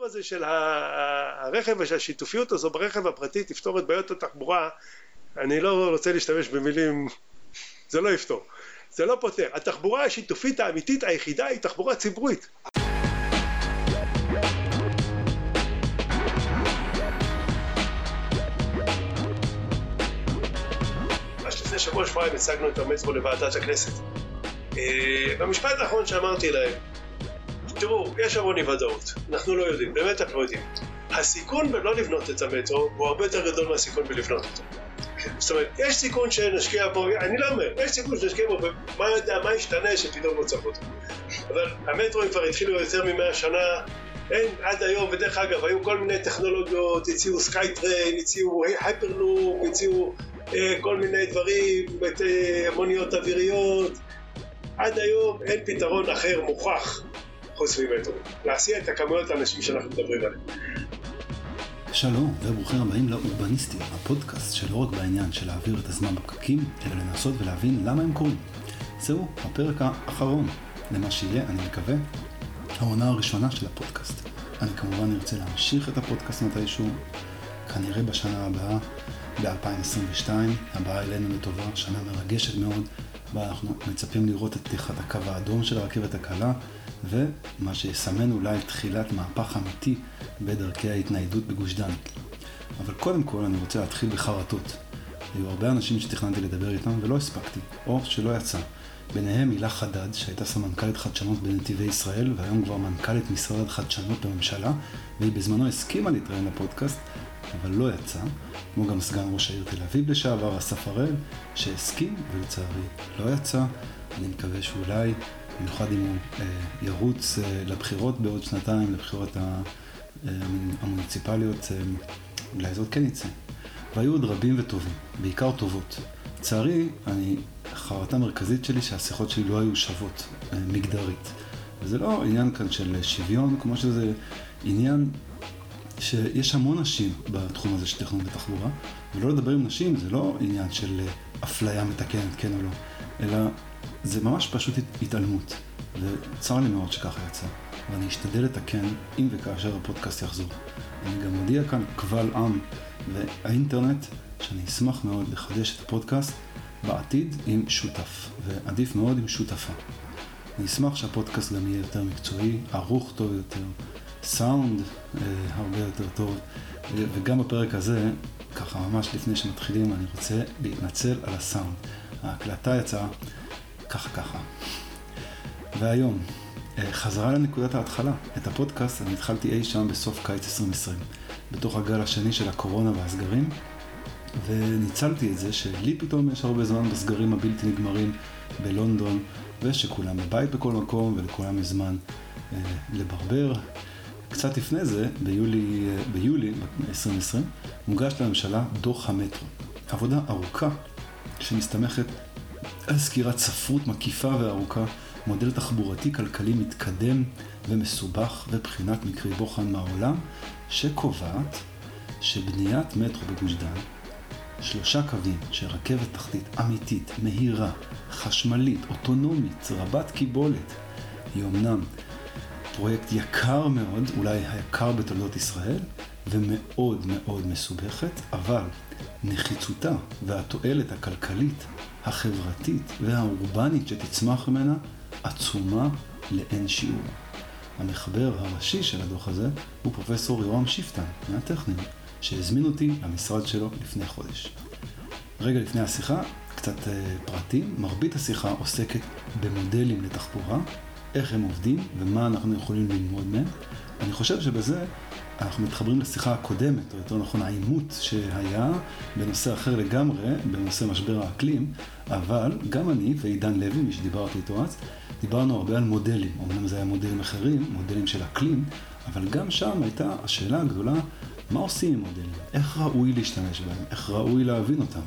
הסיפור הזה של הרכב ושהשיתופיות הזו ברכב הפרטי תפתור את בעיות התחבורה, אני לא רוצה להשתמש במילים, זה לא יפתור, זה לא פותר. התחבורה השיתופית האמיתית היחידה היא תחבורה ציבורית. ממש לפני שבועיים הצגנו את המטרו לוועדת הכנסת. במשפט האחרון שאמרתי להם, תראו, יש המון אי ודאות, אנחנו לא יודעים, באמת אנחנו לא יודעים. הסיכון בלא לבנות את המטרו הוא הרבה יותר גדול מהסיכון בלבנות אותו. זאת אומרת, יש סיכון שנשקיע בו, אני לא אומר, יש סיכון שנשקיע בו, ומה יודע, מה ישתנה שפתאום לא צריך אותו. אבל המטרו כבר התחילו יותר מ100 שנה, אין עד היום, ודרך אגב, היו כל מיני טכנולוגיות, הציעו סקייטריין, הציעו הייפרלופ, הציעו כל מיני דברים, המוניות אוויריות, עד היום אין פתרון אחר מוכח חוץ ממטרו, להסיע את הכמויות האנשים שאנחנו מדברים עליהם. שלום וברוכים הבאים לאורבניסטים, הפודקאסט שלא רק בעניין של להעביר את הזמן בפקקים, אלא לנסות ולהבין למה הם קורים. זהו הפרק האחרון למה שיהיה, אני מקווה, העונה הראשונה של הפודקאסט. אני כמובן ארצה להמשיך את הפודקאסט מתישהו, כנראה בשנה הבאה, ב-2022, הבאה אלינו לטובה, שנה מרגשת מאוד, בה אנחנו מצפים לראות את פתיחת הקו האדום של הרכבת הקלה, ומה שיסמן אולי תחילת מהפך אמיתי בדרכי ההתניידות בגוש דן. אבל קודם כל אני רוצה להתחיל בחרטות. היו הרבה אנשים שתכננתי לדבר איתם ולא הספקתי, או שלא יצא. ביניהם הילה חדד, שהייתה סמנכ"לית חדשנות בנתיבי ישראל, והיום כבר מנכ"לית משרד חדשנות בממשלה, והיא בזמנו הסכימה להתראיין לפודקאסט, אבל לא יצא, כמו גם סגן ראש העיר תל אביב לשעבר, אסף הראל, שהסכים ולצערי לא יצא. אני מקווה שאולי, במיוחד אם הוא ירוץ לבחירות בעוד שנתיים, לבחירות המוניציפליות, אולי זאת כן יצא. והיו עוד רבים וטובים, בעיקר טובות. לצערי, החרטה המרכזית שלי שהשיחות שלי לא היו שוות מגדרית. וזה לא עניין כאן של שוויון, כמו שזה עניין שיש המון נשים בתחום הזה של תכנון בתחבורה, ולא לדבר עם נשים זה לא עניין של אפליה מתקנת, כן או לא, אלא זה ממש פשוט התעלמות, וצר לי מאוד שככה יצא, ואני אשתדל לתקן אם וכאשר הפודקאסט יחזור. אני גם מודיע כאן קבל עם והאינטרנט, שאני אשמח מאוד לחדש את הפודקאסט בעתיד עם שותף, ועדיף מאוד עם שותפה. אני אשמח שהפודקאסט גם יהיה יותר מקצועי, ערוך טוב יותר, סאונד הרבה יותר טוב, וגם בפרק הזה, ככה ממש לפני שמתחילים, אני רוצה להתנצל על הסאונד. ההקלטה יצאה ככה. והיום, חזרה לנקודת ההתחלה. את הפודקאסט אני התחלתי אי שם בסוף קיץ 2020, בתוך הגל השני של הקורונה והסגרים, וניצלתי את זה שלי פתאום יש הרבה זמן בסגרים הבלתי נגמרים בלונדון, ושכולם בבית בכל מקום ולכולם יש זמן לברבר. קצת לפני זה, ביולי 2020, מוגש לממשלה דוח המטרו. עבודה ארוכה שמסתמכת על סקירת ספרות מקיפה וארוכה, מודל תחבורתי כלכלי מתקדם ומסובך ובחינת מקרי בוחן מהעולם, שקובעת שבניית מטרו בגוש דן, 3 קווים של רכבת תחתית אמיתית, מהירה, חשמלית, אוטונומית, רבת קיבולת, היא אמנם פרויקט יקר מאוד, אולי היקר בתולדות ישראל, ומאוד מאוד מסובכת, אבל נחיצותה והתועלת הכלכלית, החברתית והאורבנית שתצמח ממנה, עצומה לאין שיעור. המחבר הראשי של הדוח הזה הוא פרופסור יורם שיפטן מהטכניון, שהזמין אותי למשרד שלו לפני חודש. רגע לפני השיחה, קצת פרטים. מרבית השיחה עוסקת במודלים לתחבורה, איך הם עובדים ומה אנחנו יכולים ללמוד מהם. אני חושב שבזה אנחנו מתחברים לשיחה הקודמת, או יותר נכון העימות שהיה בנושא אחר לגמרי, בנושא משבר האקלים, אבל גם אני ועידן לוי, מי שדיברתי איתו אז, דיברנו הרבה על מודלים. אומנם זה היה מודלים אחרים, מודלים של אקלים, אבל גם שם הייתה השאלה הגדולה, מה עושים עם מודלים? איך ראוי להשתמש בהם? איך ראוי להבין אותם?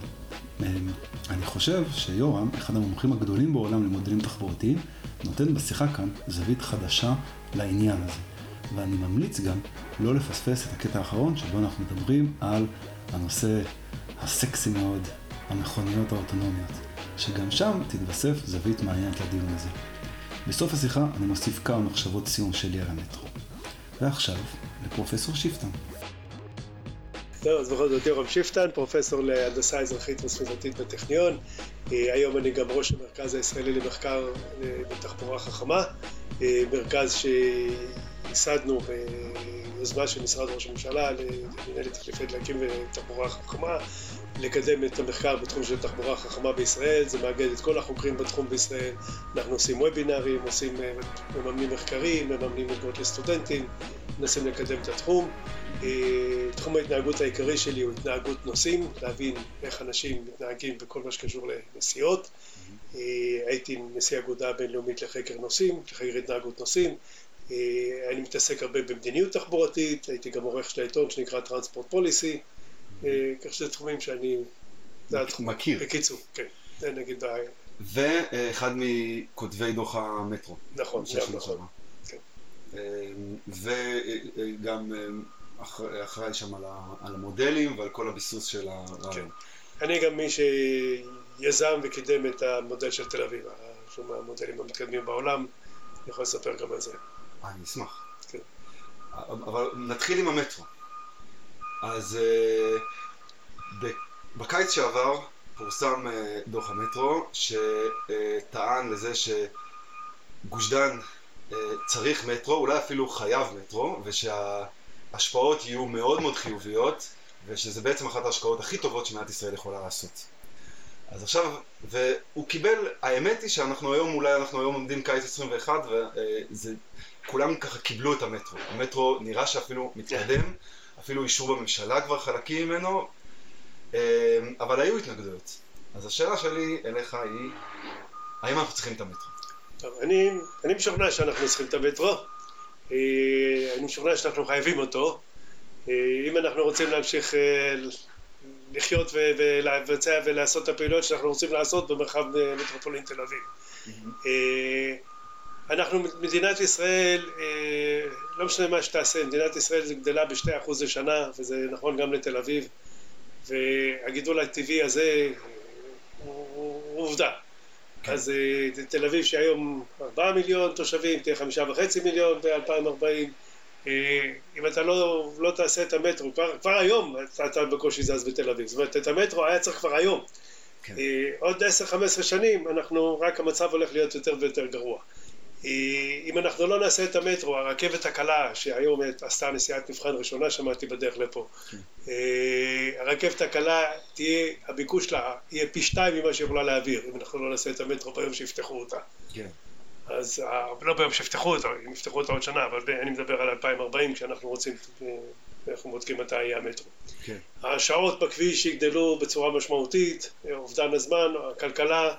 אני חושב שיורם, אחד המומחים הגדולים בעולם למודלים תחבורתיים, נותן בשיחה כאן זווית חדשה לעניין הזה. ואני ממליץ גם לא לפספס את הקטע האחרון שבו אנחנו מדברים על הנושא הסקסי מאוד, המכוניות האוטונומיות, שגם שם תתווסף זווית מעניינת לדיון הזה. בסוף השיחה אני מוסיף כמה מחשבות סיום שלי על המטרו. ועכשיו לפרופסור שיפטן. טוב, אז בכל זאת יורם שיפטן, פרופסור להנדסה אזרחית וסביבתית בטכניון. היום אני גם ראש המרכז הישראלי למחקר בתחבורה חכמה, מרכז שייסדנו ביוזמה של משרד ראש הממשלה למנהלת תחליפי דלקים ותחבורה חכמה, לקדם את המחקר בתחום של תחבורה חכמה בישראל. זה מאגד את כל החוקרים בתחום בישראל. אנחנו עושים וובינרים, מממנים מחקרים, מממנים מלגות לסטודנטים, מנסים לקדם את התחום. תחום ההתנהגות העיקרי שלי הוא התנהגות נוסעים, להבין איך אנשים מתנהגים בכל מה שקשור לנסיעות. הייתי נשיא אגודה בינלאומית לחקר נוסעים, לחקר התנהגות נוסעים. אני מתעסק הרבה במדיניות תחבורתית, הייתי גם עורך של העיתון שנקרא טרנספורט פוליסי, כך שזה תחומים שאני מכיר. בקיצור, כן, זה נגיד בעיה. ואחד מכותבי דוח המטרו. נכון, נכון. וגם אחראי שם על המודלים ועל כל הביסוס של הרעיון. אני גם מי שיזם וקידם את המודל של תל אביב, שהוא מהמודלים המתקדמים בעולם, אני יכול לספר גם על זה. אני אשמח. כן. אבל נתחיל עם המטרו. אז בקיץ שעבר פורסם דוח המטרו שטען לזה שגוש דן צריך מטרו, אולי אפילו חייב מטרו, ושההשפעות יהיו מאוד מאוד חיוביות, ושזה בעצם אחת ההשקעות הכי טובות שמדינת ישראל יכולה לעשות. אז עכשיו, והוא קיבל, האמת היא שאנחנו היום, אולי אנחנו היום עומדים קיץ 21, וכולם ככה קיבלו את המטרו. המטרו נראה שאפילו מתקדם, אפילו אישור בממשלה כבר חלקים ממנו, אבל היו התנגדויות. אז השאלה שלי אליך היא, האם אנחנו צריכים את המטרו? טוב, אני משוכנע שאנחנו צריכים את המטרו, אני משוכנע שאנחנו חייבים אותו. אם אנחנו רוצים להמשיך לחיות ולבצע ולעשות את הפעילויות שאנחנו רוצים לעשות במרחב מטרופולין תל אביב. אנחנו, מדינת ישראל, לא משנה מה שתעשה, מדינת ישראל זה גדלה ב2% לשנה, וזה נכון גם לתל אביב, והגידול הטבעי הזה הוא עובדה. אז תל אביב שהיום 4 מיליון תושבים, תהיה 5.5 מיליון ב-2040. אם אתה לא תעשה את המטרו, כבר היום אתה בקושי זז בתל אביב. זאת אומרת, את המטרו היה צריך כבר היום. עוד 10-15 שנים, רק המצב הולך להיות יותר ויותר גרוע. אם אנחנו לא נעשה את המטרו, הרכבת הקלה, שהיום עשתה נסיעת מבחן ראשונה, שמעתי בדרך לפה, הרכבת הקלה תהיה, הביקוש לה יהיה פי 2 ממה שיכולה להעביר, אם אנחנו לא נעשה את המטרו ביום שיפתחו אותה. אז לא ביום שיפתחו אותה, אם יפתחו אותה עוד שנה, אבל אני מדבר על 2040, כשאנחנו רוצים, אנחנו בודקים מתי יהיה המטרו. השעות בכביש יגדלו בצורה משמעותית, אובדן הזמן, הכלכלה,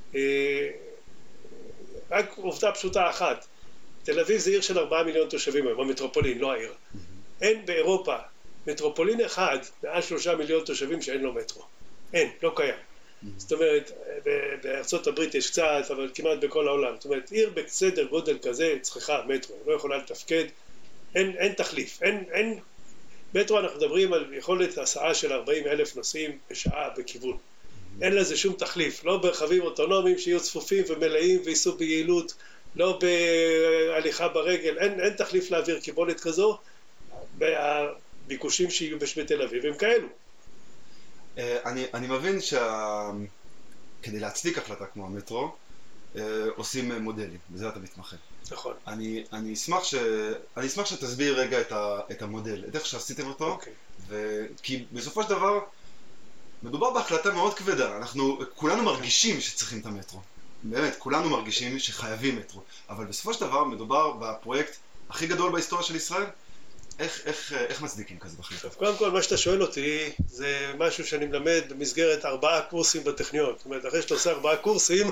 רק עובדה פשוטה אחת, תל אביב זה עיר של 4 מיליון תושבים היום, המטרופולין, לא העיר. אין באירופה מטרופולין אחד מעל 3 מיליון תושבים שאין לו מטרו. אין, לא קיים. זאת אומרת, בארצות הברית יש קצת, אבל כמעט בכל העולם. זאת אומרת, עיר בסדר גודל כזה צריכה מטרו, לא יכולה לתפקד, אין תחליף. מטרו אנחנו מדברים על יכולת הסעה של 40,000 נוסעים בשעה בכיוון. אין לזה שום תחליף, לא ברכבים אוטונומיים שיהיו צפופים ומלאים וייסעו ביעילות, לא בהליכה ברגל, אין תחליף להעביר קיבולת כזו, והביקושים שיהיו בתל אביב הם כאלו. אני מבין כדי להצדיק החלטה כמו המטרו, עושים מודלים, בזה אתה מתמחה. נכון. אני אשמח שתסביר רגע את המודל, את איך שעשיתם אותו, כי בסופו של דבר, מדובר בהחלטה מאוד כבדה, אנחנו כולנו מרגישים שצריכים את המטרו, באמת, כולנו מרגישים שחייבים מטרו, אבל בסופו של דבר מדובר בפרויקט הכי גדול בהיסטוריה של ישראל, איך מצדיקים כזה בחלטה? קודם כל, מה שאתה שואל אותי, זה משהו שאני מלמד במסגרת 4 קורסים בטכניון, זאת אומרת, אחרי שאתה עושה 4 קורסים,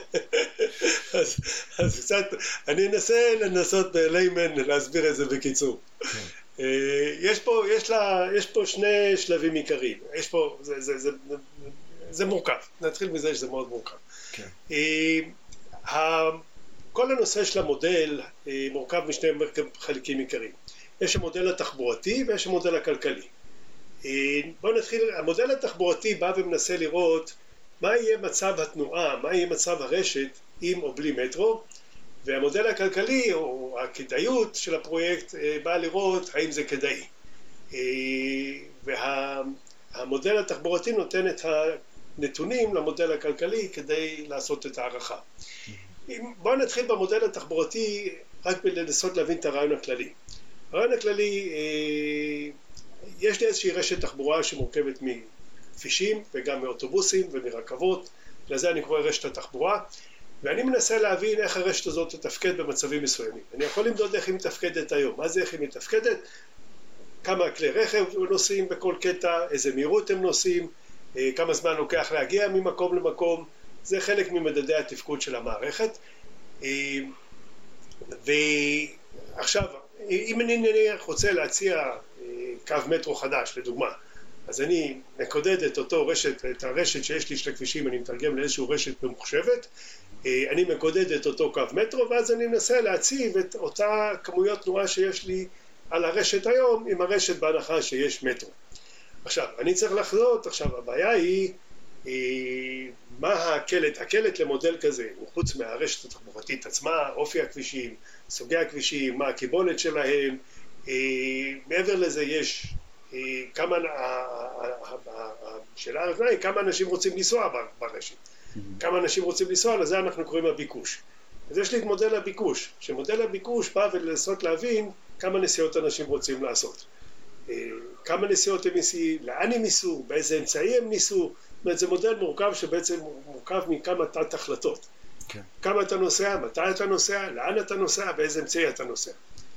אז קצת, אני אנסה לנסות בליימן להסביר את זה בקיצור. יש פה 2 שלבים עיקריים, זה מורכב, נתחיל מזה שזה מאוד מורכב. כל הנושא של המודל מורכב משני חלקים עיקריים. יש המודל התחבורתי ויש המודל הכלכלי. בואו נתחיל, המודל התחבורתי בא ומנסה לראות מה יהיה מצב התנועה, מה יהיה מצב הרשת עם או בלי מטרו, והמודל הכלכלי או הכדאיות של הפרויקט בא לראות האם זה כדאי. והמודל התחבורתי נותן את הנתונים למודל הכלכלי כדי לעשות את הערכה. בואו נתחיל במודל התחבורתי רק לנסות להבין את הרעיון הכללי. הרעיון הכללי, יש לי איזושהי רשת תחבורה שמורכבת מכבישים וגם מאוטובוסים ומרכבות, לזה אני קורא רשת התחבורה, ואני מנסה להבין איך הרשת הזאת תתפקד במצבים מסוימים. אני יכול למדוד איך היא מתפקדת היום. מה זה איך היא מתפקדת? כמה כלי רכב נוסעים בכל קטע, איזה מהירות הם נוסעים, כמה זמן לוקח להגיע ממקום למקום, זה חלק ממדדי התפקוד של המערכת. ועכשיו, אם אני רוצה להציע קו מטרו חדש, לדוגמה, אז אני מקודד את הרשת שיש לי של הכבישים, אני מתרגם לאיזשהו רשת ממוחשבת, אני מקודד את אותו קו מטרו, ואז אני מנסה להציב את אותה כמויות תנועה שיש לי על הרשת היום, עם הרשת בהנחה שיש מטרו. עכשיו, אני צריך לחזות, עכשיו הבעיה היא, מה הקלט למודל כזה, חוץ מהרשת התחבורתית עצמה, אופי הכבישים, סוגי הכבישים, מה הקיבולת שלהם, מעבר לזה יש כמה, השאלה הראשונה היא כמה אנשים רוצים לנסוע ברשת. כמה אנשים רוצים לנסוע, לזה אנחנו קוראים הביקוש. אז יש לי את מודל הביקוש, שמודל הביקוש בא ולנסות להבין כמה נסיעות אנשים רוצים לעשות. כמה נסיעות הם ניסו, לאן הם ניסו, באיזה אמצעי הם ניסו, זאת אומרת, זה מודל מורכב שבעצם מורכב מכמה תת החלטות. כן. כמה אתה נוסע, מתי אתה נוסע, לאן אתה נוסע, באיזה אמצעי אתה נוסע.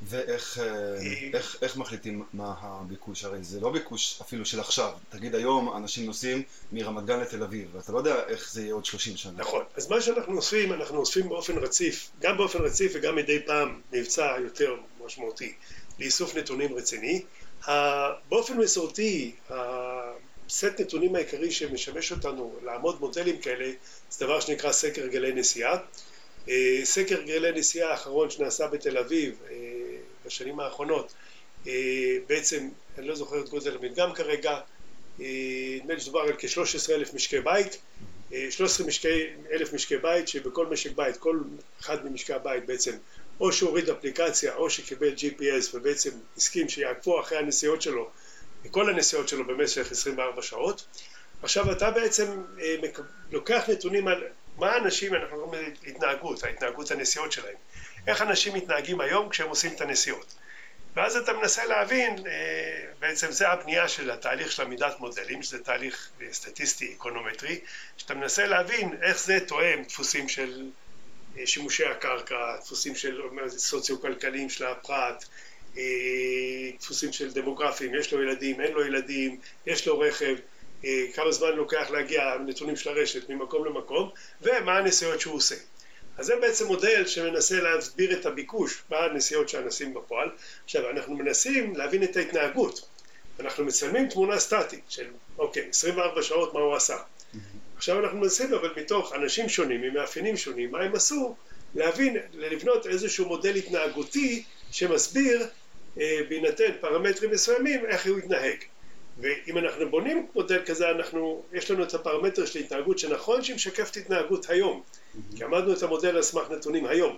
ואיך מחליטים מה הביקוש? הרי זה לא ביקוש אפילו של עכשיו. תגיד היום אנשים נוסעים מרמת גן לתל אביב, ואתה לא יודע איך זה יהיה עוד 30 שנה. נכון. אז מה שאנחנו אוספים, אנחנו אוספים באופן רציף, גם באופן רציף וגם מדי פעם מבצע יותר משמעותי לאיסוף נתונים רציני. באופן מסורתי, הסט נתונים העיקרי שמשמש אותנו לעמוד מודלים כאלה, זה דבר שנקרא סקר הרגלי נסיעה. סקר הרגלי נסיעה האחרון שנעשה בתל אביב בשנים האחרונות, בעצם, אני לא זוכר את גודל המדגם כרגע, נדמה לי שדובר על כ-13,000 משקי בית, 13,000 משקי בית שבכל משק בית, כל אחד ממשקי הבית בעצם, או שהוריד אפליקציה או שקיבל GPS ובעצם הסכים שיעקבו אחרי הנסיעות שלו, כל הנסיעות שלו במשך 24 שעות. עכשיו אתה בעצם לוקח נתונים על מה אנשים, אנחנו רואים ההתנהגות הנסיעות שלהם. איך אנשים מתנהגים היום כשהם עושים את הנסיעות. ואז אתה מנסה להבין, בעצם זה הבנייה של התהליך של עמידת מודלים, שזה תהליך סטטיסטי, אקונומטרי, שאתה מנסה להבין איך זה תואם דפוסים של שימושי הקרקע, דפוסים של סוציו-כלכליים של הפרט, דפוסים של דמוגרפיים, יש לו ילדים, אין לו ילדים, יש לו רכב, כמה זמן לוקח להגיע נתונים של הרשת ממקום למקום, ומה הנסיעות שהוא עושה. אז זה בעצם מודל שמנסה להסביר את הביקוש בנסיעות שאנשים בפועל. עכשיו, אנחנו מנסים להבין את ההתנהגות. אנחנו מצלמים תמונה סטטית של, 24 שעות מה הוא עשה. עכשיו אנחנו מנסים, אבל מתוך אנשים שונים, עם מאפיינים שונים, מה הם עשו, להבין, לבנות איזשהו מודל התנהגותי שמסביר, בהינתן פרמטרים מסוימים, איך הוא יתנהג. ואם אנחנו בונים מודל כזה, יש לנו את הפרמטר של התנהגות שנכון שהיא משקפת התנהגות היום. כי עמדנו את המודל על סמך נתונים היום.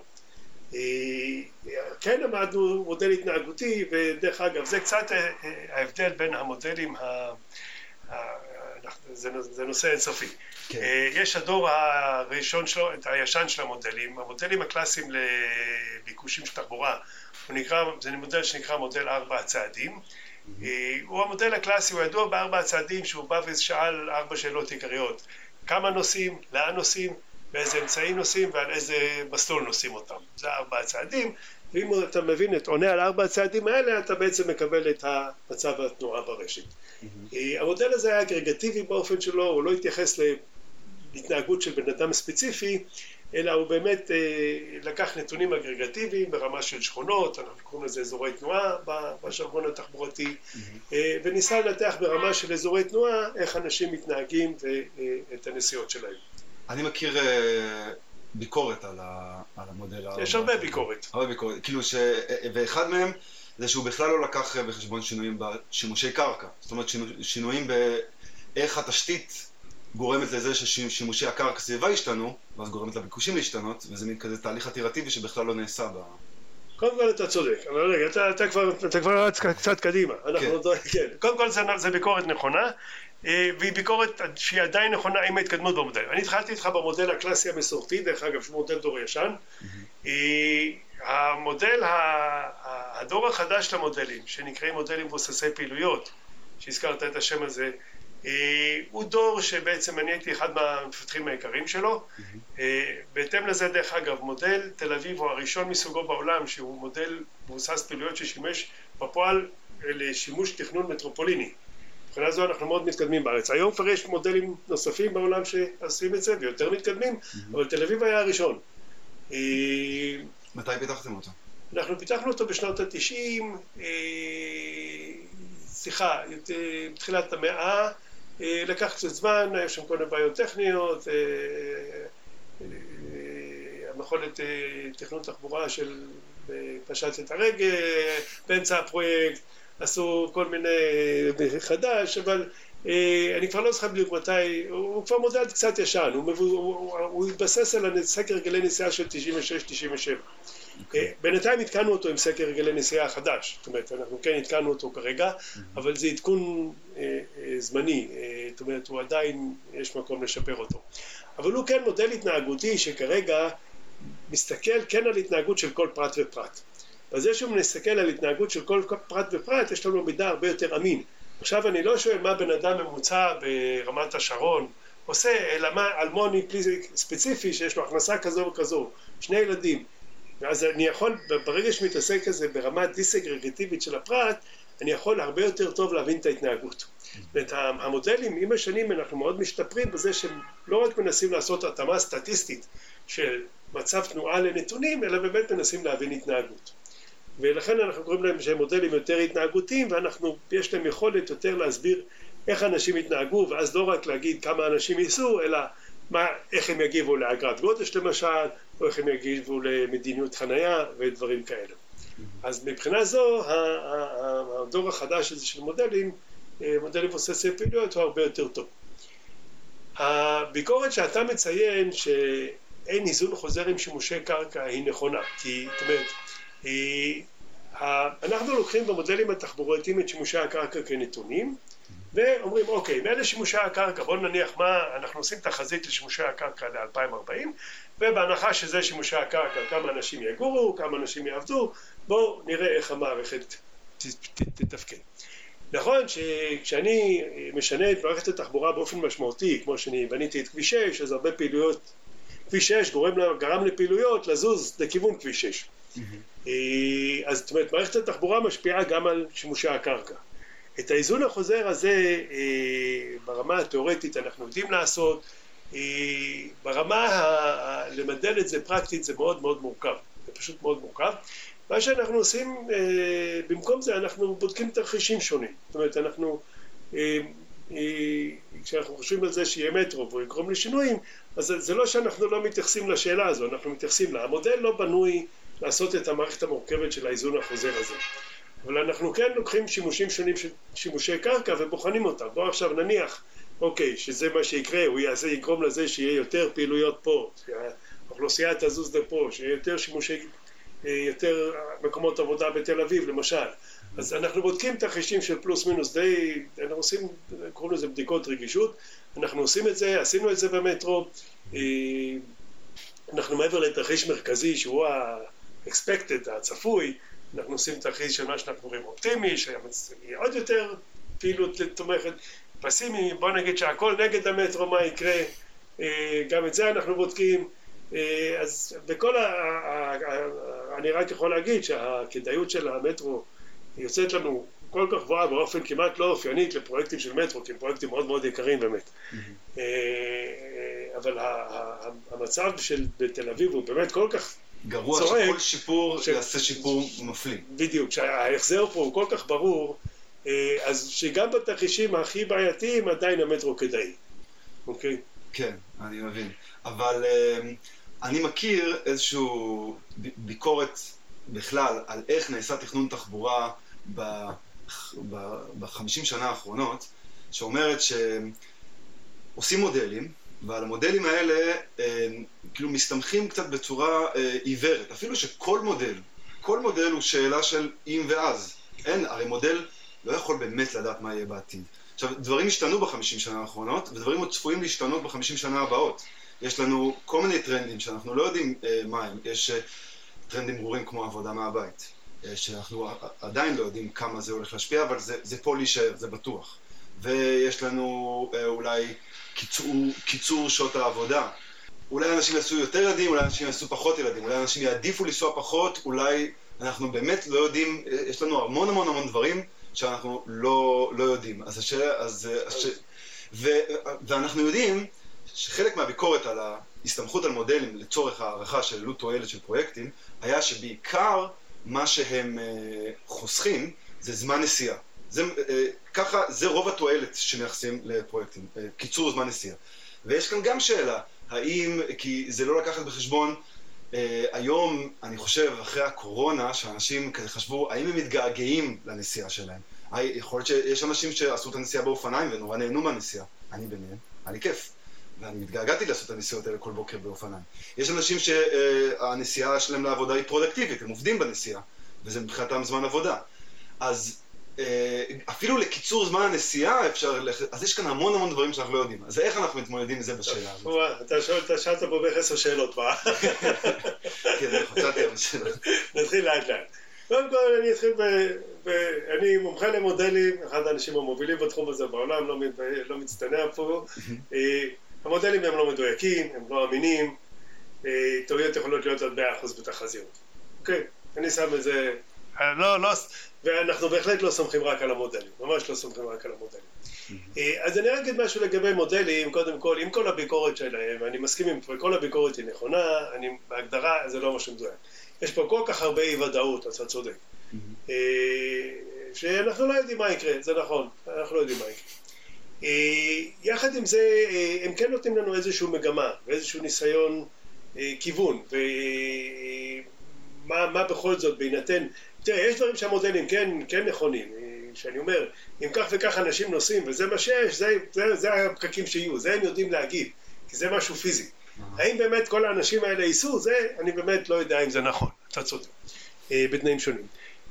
כן עמדנו מודל התנהגותי, ודרך אגב, זה קצת ההבדל בין המודלים, זה נושא אינסופי. כן. יש הדור הראשון שלו, הישן של המודלים, המודלים הקלאסיים לביקושים של תחבורה, זה מודל שנקרא מודל 4 הצעדים. הוא המודל הקלאסי, הוא ידוע ב4 הצעדים שהוא בא ושאל 4 שאלות עיקריות. כמה נוסעים, לאן נוסעים, באיזה אמצעים נוסעים ועל איזה מסלול נוסעים אותם. זה 4 הצעדים, ואם אתה מבין עונה על 4 הצעדים האלה, אתה בעצם מקבל את מצב התנועה ברשת. המודל הזה היה אגרגטיבי באופן שלו, הוא לא התייחס להתנהגות של בן אדם ספציפי, אלא הוא באמת לקח נתונים אגרגטיביים ברמה של שכונות, אנחנו קוראים לזה אזורי תנועה בשרגון התחבורתי, וניסה לנתח ברמה של אזורי תנועה איך אנשים מתנהגים ואת הנסיעות שלהם. אני מכיר ביקורת על המודל. יש הרבה ביקורת. הרבה ביקורת, כאילו ואחד מהם זה שהוא בכלל לא לקח בחשבון שינויים בשימושי קרקע. זאת אומרת שינויים באיך התשתית גורמת לזה ששימושי הקרקע סביבה השתנו, ואז גורמת לביקושים להשתנות, וזה מין כזה תהליך איטרטיבי שבכלל לא נעשה בה. קודם כל אתה צודק, אבל רגע, אתה כבר רץ קצת קדימה. כן. קודם כל זה ביקורת נכונה, והיא ביקורת שהיא עדיין נכונה עם ההתקדמות במודל. אני התחלתי איתך במודל הקלאסי המסורתי, דרך אגב, שהוא מודל דור ישן. המודל, הדור החדש למודלים, שנקראים מודלים מבוססי פעילויות, שהזכרת את השם הזה, הוא דור שבעצם אני הייתי אחד מהמפתחים העיקריים שלו. בהתאם לזה, דרך אגב, מודל תל אביב הוא הראשון מסוגו בעולם, שהוא מודל מבוסס פעילויות ששימש בפועל לשימוש תכנון מטרופוליני. מבחינה זו אנחנו מאוד מתקדמים בארץ. היום כבר יש מודלים נוספים בעולם שעושים את זה ויותר מתקדמים, אבל תל אביב היה הראשון. מתי פיתחתם אותו? אנחנו פיתחנו אותו בשנות ה-90, בתחילת המאה, לקח קצת זמן, היה שם כל מיני בעיות טכניות, המכולת תכנון תחבורה של פשט את הרגל, באמצע הפרויקט, עשו כל מיני חדש, אבל אני כבר לא זוכר בדיוק מתי, הוא כבר מודל קצת ישן, הוא התבסס על סקר הרגלי נסיעה של 96-97. בינתיים התקנו אותו עם סקר הרגלי נסיעה חדש, זאת אומרת, אנחנו כן התקנו אותו כרגע, אבל זה עדכון זמני, זאת אומרת, הוא עדיין, יש מקום לשפר אותו. אבל הוא כן מודל התנהגותי שכרגע מסתכל כן על התנהגות של כל פרט ופרט. בזה שהוא מסתכל על התנהגות של כל פרט ופרט, יש לנו מידע הרבה יותר אמין. עכשיו אני לא שואל מה בן אדם ממוצע ברמת השרון עושה, אלא מה אלמוני ספציפי שיש לו הכנסה כזו וכזו, 2 ילדים. אז אני יכול, ברגע שמתעסק כזה ברמת דיסגרגטיבית של הפרט, אני יכול הרבה יותר טוב להבין את ההתנהגות. ואת המודלים, עם השנים אנחנו מאוד משתפרים בזה שלא רק מנסים לעשות התאמה סטטיסטית של מצב תנועה לנתונים, אלא באמת מנסים להבין התנהגות. ולכן אנחנו קוראים להם שהם מודלים יותר התנהגותיים, ויש להם יכולת יותר להסביר איך אנשים התנהגו, ואז לא רק להגיד כמה אנשים ייסעו, אלא איך הם יגיבו לאגרת גודש למשל, או איך הם יגיבו למדיניות חנייה ודברים כאלה. אז מבחינה זו, הדור החדש הזה של מודלים מבוססי פעילויות הוא הרבה יותר טוב. הביקורת שאתה מציין שאין איזון חוזר עם שימושי קרקע היא נכונה, כי זאת אומרת, אנחנו לוקחים במודלים התחבורתיים את שימושי הקרקע כנתונים, ואומרים אוקיי, מאלה שימושי הקרקע, בואו נניח מה, אנחנו עושים תחזית לשימושי הקרקע ל-2040, ובהנחה שזה שימושי הקרקע, כמה אנשים יגורו, כמה אנשים יעבדו, בואו נראה איך המערכת תתפקד. נכון שכשאני משנה את מערכת התחבורה באופן משמעותי, כמו שאני בניתי את כביש 6, אז הרבה פעילויות, כביש 6 גרם לפעילויות לזוז לכיוון כביש 6. אז זאת אומרת, מערכת התחבורה משפיעה גם על שימושי הקרקע. את האיזון החוזר הזה ברמה התיאורטית אנחנו יודעים לעשות, ברמה למדל את זה פרקטית זה מאוד מאוד מורכב, זה פשוט מאוד מורכב. מה שאנחנו עושים, במקום זה אנחנו בודקים תרחישים שונים. זאת אומרת, כשאנחנו חושבים על זה שיהיה מטרו והוא יקרום לשינויים, אז זה לא שאנחנו לא מתייחסים לשאלה הזו, אנחנו מתייחסים לה. המודל לא בנוי לעשות את המערכת המורכבת של האיזון החוזר הזה. אבל אנחנו כן לוקחים שימושים שונים של שימושי קרקע ובוחנים אותם. בואו עכשיו נניח, אוקיי, שזה מה שיקרה, הוא יגרום לזה שיהיה יותר פעילויות פה, שהאוכלוסייה תזוז לפה, שיהיה יותר שימושי, יותר מקומות עבודה בתל אביב למשל. אז אנחנו בודקים תרחישים של פלוס מינוס די, אנחנו עושים, קוראים לזה בדיקות רגישות, אנחנו עושים את זה, עשינו את זה במטרו, אנחנו מעבר לתרחיש מרכזי שהוא ה-expected, הצפוי, אנחנו עושים תרחיש של מה שאנחנו קוראים אופטימי, שיהיה עוד יותר פעילות תומכת, פסימי, בוא נגיד שהכל נגד המטרו, מה יקרה, גם את זה אנחנו בודקים, אז בכל אני רק יכול להגיד שהכדאיות של המטרו יוצאת לנו כל כך גבוהה באופן כמעט לא אופיינית לפרויקטים של מטרו, כי הם פרויקטים מאוד מאוד יקרים באמת. אבל המצב של בתל אביב הוא באמת כל כך גרוע שכל שיפור יעשה שיפור מפליא. בדיוק, שההחזר פה הוא כל כך ברור, אז שגם בתרחישים הכי בעייתיים עדיין המטרו כדאי. אוקיי? כן, אני מבין. אבל אני מכיר איזושהי ביקורת בכלל על איך נעשה תכנון תחבורה ב-50 שנה האחרונות, שאומרת עושים מודלים, ועל המודלים האלה כאילו מסתמכים קצת בצורה עיוורת, אפילו שכל מודל הוא שאלה של אם ואז. אין, הרי מודל לא יכול באמת לדעת מה יהיה בעתיד. עכשיו, דברים השתנו ב50 שנה האחרונות, ודברים עוד צפויים להשתנות ב50 שנה הבאות. יש לנו כל מיני טרנדים שאנחנו לא יודעים מה הם. יש טרנדים ברורים כמו עבודה מהבית, שאנחנו עדיין לא יודעים כמה זה הולך להשפיע, אבל זה פה להישאר, זה בטוח. ויש לנו אולי קיצור שעות העבודה. אולי אנשים יעשו יותר ילדים, אולי אנשים יעשו פחות ילדים, אולי אנשים יעדיפו לנסוע פחות, אולי אנחנו באמת לא יודעים, יש לנו המון דברים שאנחנו לא יודעים. ואנחנו יודעים שחלק מהביקורת על ההסתמכות על מודלים לצורך הערכה של עלות תועלת של פרויקטים, היה שבעיקר מה שהם חוסכים זה זמן נסיעה. ככה, זה רוב התועלת שמייחסים לפרויקטים, קיצור זמן נסיעה. ויש כאן גם שאלה, האם, כי זה לא לקחת בחשבון, היום, אני חושב, אחרי הקורונה, שאנשים כזה חשבו, האם הם מתגעגעים לנסיעה שלהם? יכול להיות שיש אנשים שעשו את הנסיעה באופניים ונורא נהנו מהנסיעה. אני ביניהם, היה לי כיף. ואני מתגעגעתי לעשות את הנסיעות האלה כל בוקר באופניים. יש אנשים שהנסיעה שלהם לעבודה היא פרודקטיבית, הם עובדים בנסיעה, וזה מבחינתם זמן עבודה. אז אפילו לקיצור זמן הנסיעה אפשר, אז יש כאן המון דברים שאנחנו לא יודעים. אז איך אנחנו מתמודדים עם זה בשאלה הזאת? אתה שאלת פה בערך 10 שאלות, מה? כן, חשבתי על השאלות. נתחיל לאט. קודם כל אני אתחיל אני מומחה למודלים, אחד האנשים המובילים בתחום הזה בעולם, לא מצטנע פה. המודלים הם לא מדויקים, הם לא אמינים, טעויות יכולות להיות עד 100% בתחזיות. אוקיי, אני שם את זה, ואנחנו בהחלט לא סומכים רק על המודלים, ממש לא סומכים רק על המודלים. אז אני אגיד משהו לגבי מודלים, קודם כל, עם כל הביקורת שלהם, ואני מסכים עם כל הביקורת היא נכונה, בהגדרה זה לא משהו מדויק. יש פה כל כך הרבה אי ודאות, אתה צודק. שאנחנו לא יודעים מה יקרה, זה נכון, אנחנו לא יודעים מה יקרה. יחד עם זה, הם כן נותנים לנו איזשהו מגמה, ואיזשהו ניסיון כיוון, ומה בכל זאת בהינתן, תראה, יש דברים שהמודלים כן נכונים, שאני אומר, אם כך וכך אנשים נוסעים, וזה מה שיש, זה הפקקים שיהיו, זה הם יודעים להגיד, כי זה משהו פיזי. האם באמת כל האנשים האלה ייסעו? זה, אני באמת לא יודע אם זה נכון, אתה צודק, בתנאים שונים.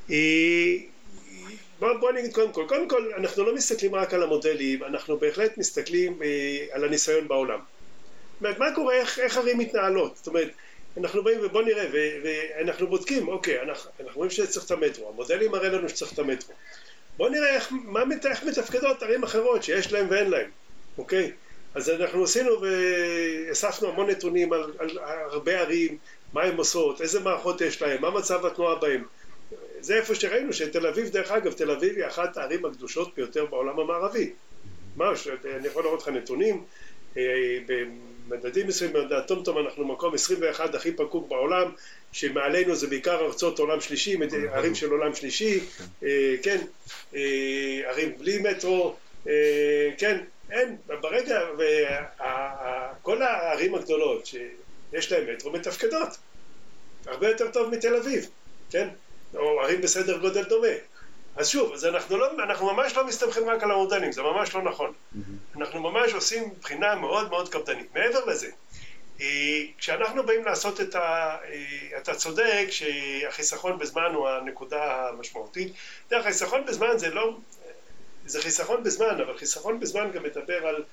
בוא נגיד קודם כל, אנחנו לא מסתכלים רק על המודלים, אנחנו בהחלט מסתכלים על הניסיון בעולם. זאת אומרת, מה קורה, איך ערים מתנהלות? זאת אומרת, אנחנו באים ובוא נראה, ואנחנו בודקים, אוקיי, אנחנו רואים שצריך את המטרו, המודלים מראה לנו שצריך את המטרו. בוא נראה איך מתפקדות ערים אחרות שיש להם ואין להם, אוקיי? אז אנחנו עשינו ואספנו המון נתונים על הרבה ערים, מה הן עושות, איזה מערכות יש להם, מה מצב התנועה בהם. זה איפה שראינו שתל אביב, דרך אגב, תל אביב היא אחת הערים הקדושות ביותר בעולם המערבי. ממש, אני יכול לראות לך נתונים, במדדים מסוימים, במדד טומטום אנחנו מקום 21 הכי פקוק בעולם, שמעלינו זה בעיקר ארצות עולם שלישי, ערים של עולם שלישי, כן, ערים בלי מטרו, כן, אין, ברגע, וכל הערים הגדולות שיש להן מטרו מתפקדות, הרבה יותר טוב מתל אביב, כן, או ערים בסדר גודל דומה. אז שוב, אז אנחנו ממש לא מסתמכים רק על המודלים, זה ממש לא נכון. אנחנו ממש עושים בחינה מאוד מאוד קפדנית. מעבר לזה, כשאנחנו באים לעשות אתה צודק שהחיסכון בזמן הוא הנקודה המשמעותית. החיסכון בזמן זה חיסכון בזמן, אבל חיסכון בזמן גם מדבר על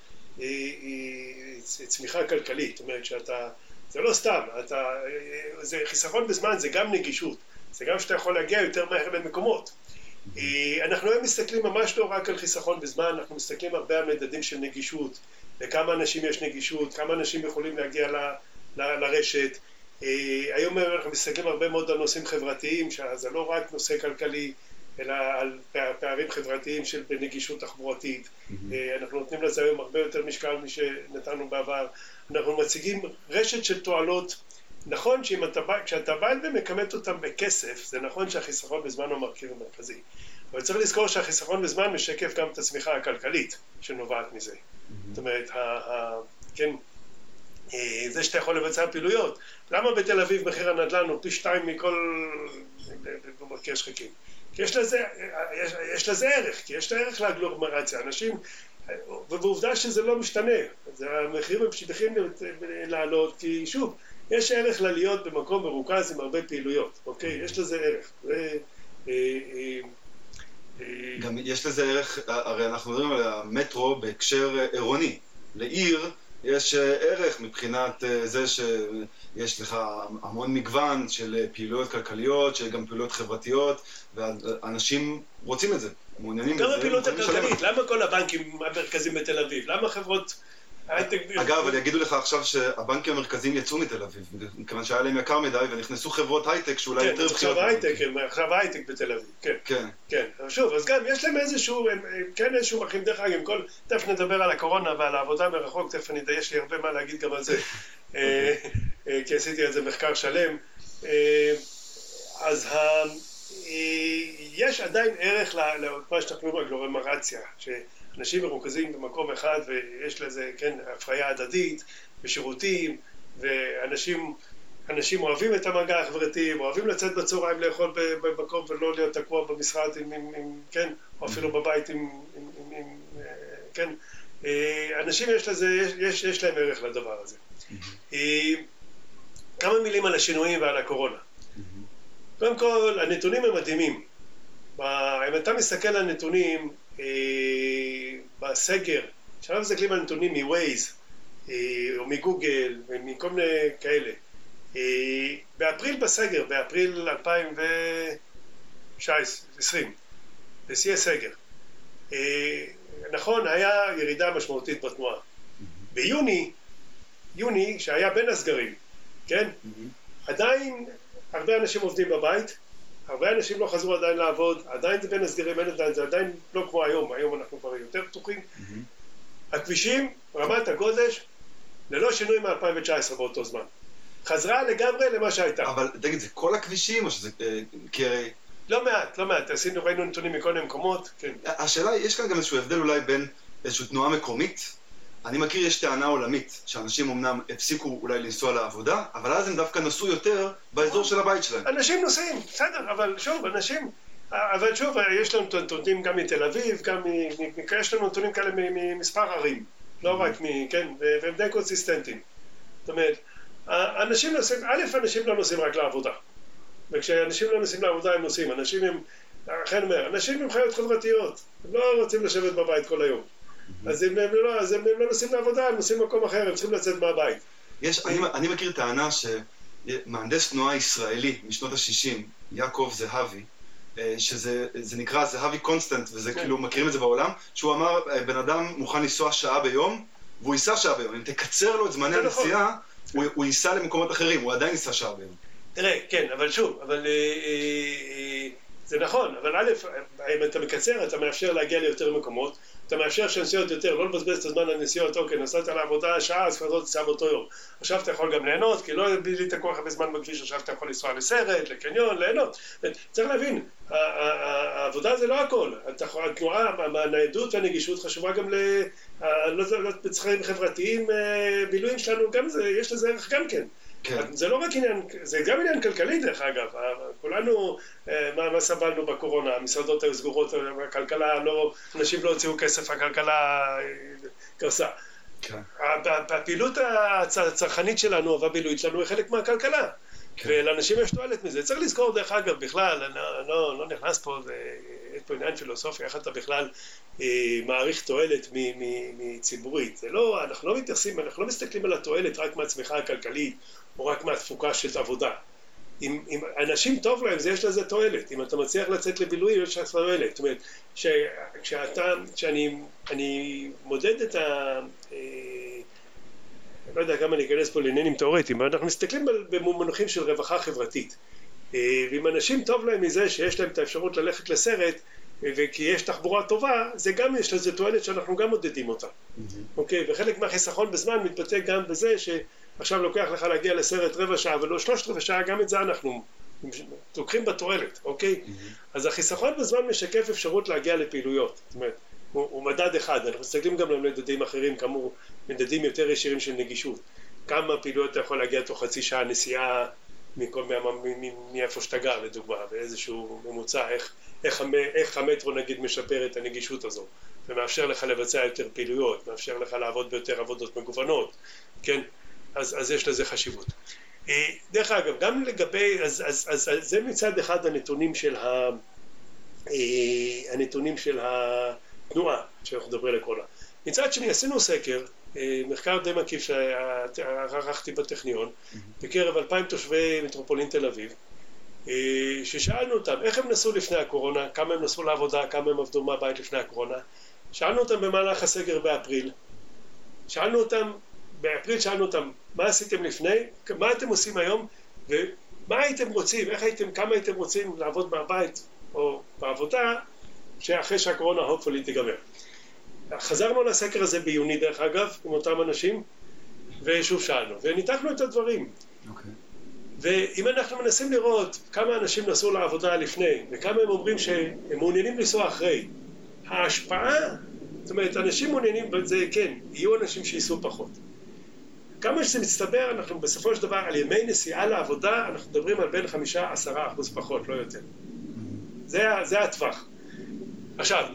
צמיחה כלכלית. זאת אומרת זה לא סתם, חיסכון בזמן זה גם נגישות, זה גם שאתה יכול להגיע יותר מהר למקומות. אנחנו היום מסתכלים ממש לא רק על חיסכון בזמן, אנחנו מסתכלים הרבה על מדדים של נגישות, לכמה אנשים יש נגישות, כמה אנשים יכולים להגיע לרשת. היום אנחנו מסתכלים הרבה מאוד על נושאים חברתיים, שזה לא רק נושא כלכלי, אלא על פערים חברתיים של נגישות תחבורתית. אנחנו נותנים לזה היום הרבה יותר משקל משנתנו בעבר. אנחנו מציגים רשת של תועלות. נכון כשאתה בא ומקמת אותם בכסף, זה נכון שהחיסכון בזמן הוא מרכיב המרכזי. אבל צריך לזכור שהחיסכון בזמן משקף גם את הצמיחה הכלכלית שנובעת מזה. זאת אומרת, כן, זה שאתה יכול לבצע פעילויות. למה בתל אביב מחיר הנדל"ן הוא פי 2 מכל מרכז שחקים? כי יש לזה ערך, כי יש לה ערך לאגלומרציה. אנשים ובעובדה שזה לא משתנה, המחירים ממשיכים לעלות, כי שוב, יש ערך ללהיות במקום מרוכז עם הרבה פעילויות, אוקיי? יש לזה ערך. גם יש לזה ערך, הרי אנחנו מדברים על המטרו בהקשר עירוני. לעיר יש ערך מבחינת זה שיש לך המון מגוון של פעילויות כלכליות, של גם פעילויות חברתיות, ואנשים רוצים את זה, מעוניינים בזה. גם הפעילות הכלכלית, למה כל הבנקים המרכזיים בתל אביב? למה חברות הייטק... אגב, אני אגידו לך עכשיו שהבנקים המרכזיים יצאו מתל אביב, מכיוון שהיה להם יקר מדי, ונכנסו חברות הייטק שאולי יותר... כן, עכשיו הייטק בתל אביב, כן. כן, שוב, אז גם יש להם איזשהו, כן איזשהו מרחים דרך אגב, תכף נדבר על הקורונה ועל העבודה מרחוק, תכף יש לי הרבה מה להגיד גם על זה, כי עשיתי על זה מחקר שלם. אז יש עדיין ערך למה שאנחנו אומרים, הגלומרציה, שאנשים מרוכזים במקום אחד ויש לזה, כן, הפריה הדדית ושירותים, ואנשים אוהבים את המגע החברתי, אוהבים לצאת בצהריים לאכול במקום ולא להיות תקוע במשרד, כן, או אפילו בבית כן, אנשים יש להם ערך לדבר הזה. כמה מילים על השינויים ועל הקורונה. קודם כל, הנתונים הם מדהימים. אם אתה מסתכל על הנתונים בסגר, עכשיו מסתכלים על נתונים מווייז, או מגוגל, ומכל מיני כאלה. באפריל בסגר, באפריל 2020, בשיא הסגר. נכון, היה ירידה משמעותית בתנועה. ביוני, שהיה בין הסגרים, כן? עדיין הרבה אנשים עובדים בבית, הרבה אנשים לא חזרו עדיין לעבוד, עדיין זה בין הסגרים, זה עדיין לא כמו היום, היום אנחנו כבר יותר פתוחים. הכבישים, רמת הגודש, ללא שינוי מ-2019 באותו זמן. חזרה לגמרי למה שהייתה. אבל תגיד, זה כל הכבישים או שזה כרי... לא מעט, ראינו נתונים מכל המקומות, כן. השאלה, יש כאן גם איזשהו הבדל אולי בין איזושהי תנועה מקומית. אני מכיר, יש טענה עולמית, שאנשים אמנם הפסיקו אולי לנסוע לעבודה, אבל אז הם דווקא נסעו יותר באזור של הבית שלהם. אנשים נוסעים, בסדר, אבל שוב, יש לנו נתונים גם מתל אביב, יש לנו נתונים כאלה ממספר ערים, לא רק כן, והם די קונסיסטנטיים. זאת אומרת, אנשים לא נוסעים רק לעבודה. וכשאנשים לא נוסעים לעבודה הם נוסעים, אכן אומר, אנשים הם חיות חברתיות, הם לא רוצים לשבת בבית כל היום. אז הם לא נוסעים לעבודה, הם נוסעים במקום אחר, הם צריכים לצאת מהבית. אני מכיר טענה שמהנדס תנועה ישראלי משנות ה-60, יעקב זהבי, שזה נקרא זהבי קונסטנט, וזה כאילו מכירים את זה בעולם, שהוא אמר, בן אדם מוכן לנסוע שעה ביום, והוא ייסע שעה ביום. אם תקצר לו את זמני הנסיעה, הוא ייסע למקומות אחרים, הוא עדיין ייסע שעה ביום. תראה, כן, אבל שוב, זה נכון, אבל א', אם אתה מקצר, אתה מאפשר להגיע ליותר מקומות, אתה מאפשר שנסיעות יותר, לא לבזבז את הזמן לנסיעות, אוקיי, נסעת לעבודה שעה, אז כבר תיסע באותו יום. עכשיו אתה יכול גם ליהנות, כי לא בלי תקוע הרבה זמן בכביש, עכשיו אתה יכול לנסוע לסרט, לקניון, ליהנות. צריך להבין, העבודה זה לא הכל. התנועה, הניידות והנגישות חשובה גם לצרכים חברתיים, בילויים שלנו, גם זה, יש לזה ערך גם כן. זה לא רק עניין, זה גם עניין כלכלי דרך אגב, כולנו, מה סבלנו בקורונה, המסעדות היו סגורות, הכלכלה לא, אנשים לא הוציאו כסף, הכלכלה קרסה. הפעילות הצרכנית שלנו, והבילוית שלנו היא חלק מהכלכלה, ולאנשים יש תועלת מזה. צריך לזכור דרך אגב בכלל, לא נכנס פה, יש פה עניין פילוסופי, איך אתה בכלל מעריך תועלת מציבורית. זה לא, אנחנו לא מתייחסים, אנחנו לא מסתכלים על התועלת רק מהצמיחה הכלכלית, או רק מהתפוקה של עבודה. אם אנשים טוב להם, יש לזה תועלת. אם אתה מצליח לצאת לבילוי, יש לזה תועלת. זאת אומרת, כשאני מודד את לא יודע כמה אני אכנס פה לעניינים תיאורטיים, אבל אנחנו מסתכלים במונחים של רווחה חברתית. ואם אנשים טוב להם מזה שיש להם את האפשרות ללכת לסרט, וכי יש תחבורה טובה, זה גם יש לזה תועלת שאנחנו גם מודדים אותה. אוקיי? וחלק מהחיסכון בזמן מתבטא גם בזה שעכשיו לוקח לך להגיע לסרט רבע שעה ולא 3/4 שעה, גם את זה אנחנו לוקחים בתועלת, אוקיי? אז החיסכון בזמן משקף אפשרות להגיע לפעילויות. זאת אומרת, הוא מדד אחד, אנחנו מסתכלים גם למדדים אחרים, כאמור, מדדים יותר ישירים של נגישות. כמה פעילויות אתה יכול להגיע תוך חצי שעה נסיעה מאיפה שאתה גר, לדוגמה, באיזשהו ממוצע, איך המטרו נגיד משפר את הנגישות הזו, ומאפשר לך לבצע יותר פעילויות, מאפשר לך לעבוד ביותר עבודות מגוונות, כן? אז יש לזה חשיבות. דרך אגב, גם לגבי, אז זה מצד אחד הנתונים של התנועה שאנחנו מדברים על הקורונה. מצד שני, עשינו סקר, מחקר די מקיף שערכתי בטכניון, בקרב 2,000 תושבי מטרופולין תל אביב, ששאלנו אותם איך הם נסעו לפני הקורונה, כמה הם נסעו לעבודה, כמה הם עבדו מהבית לפני הקורונה. שאלנו אותם במהלך הסגר באפריל, באפריל שאלנו אותם מה עשיתם לפני, מה אתם עושים היום, ומה הייתם רוצים, כמה הייתם רוצים לעבוד מהבית או בעבודה, שאחרי שהקורונה hopefully תיגמר. חזרנו לסקר הזה ביוני דרך אגב, עם אותם אנשים, ושוב שאלנו, וניתחנו את הדברים. ואם אנחנו מנסים לראות כמה אנשים נסעו לעבודה לפני, וכמה הם אומרים שהם מעוניינים לנסוע אחרי, ההשפעה, זאת אומרת, אנשים מעוניינים בזה, כן, יהיו אנשים שייסעו פחות. כמה שזה מצטבר, אנחנו בסופו של דבר, על ימי נסיעה לעבודה, אנחנו מדברים על בין 5-10% פחות, לא יותר. זה הטווח. עכשיו,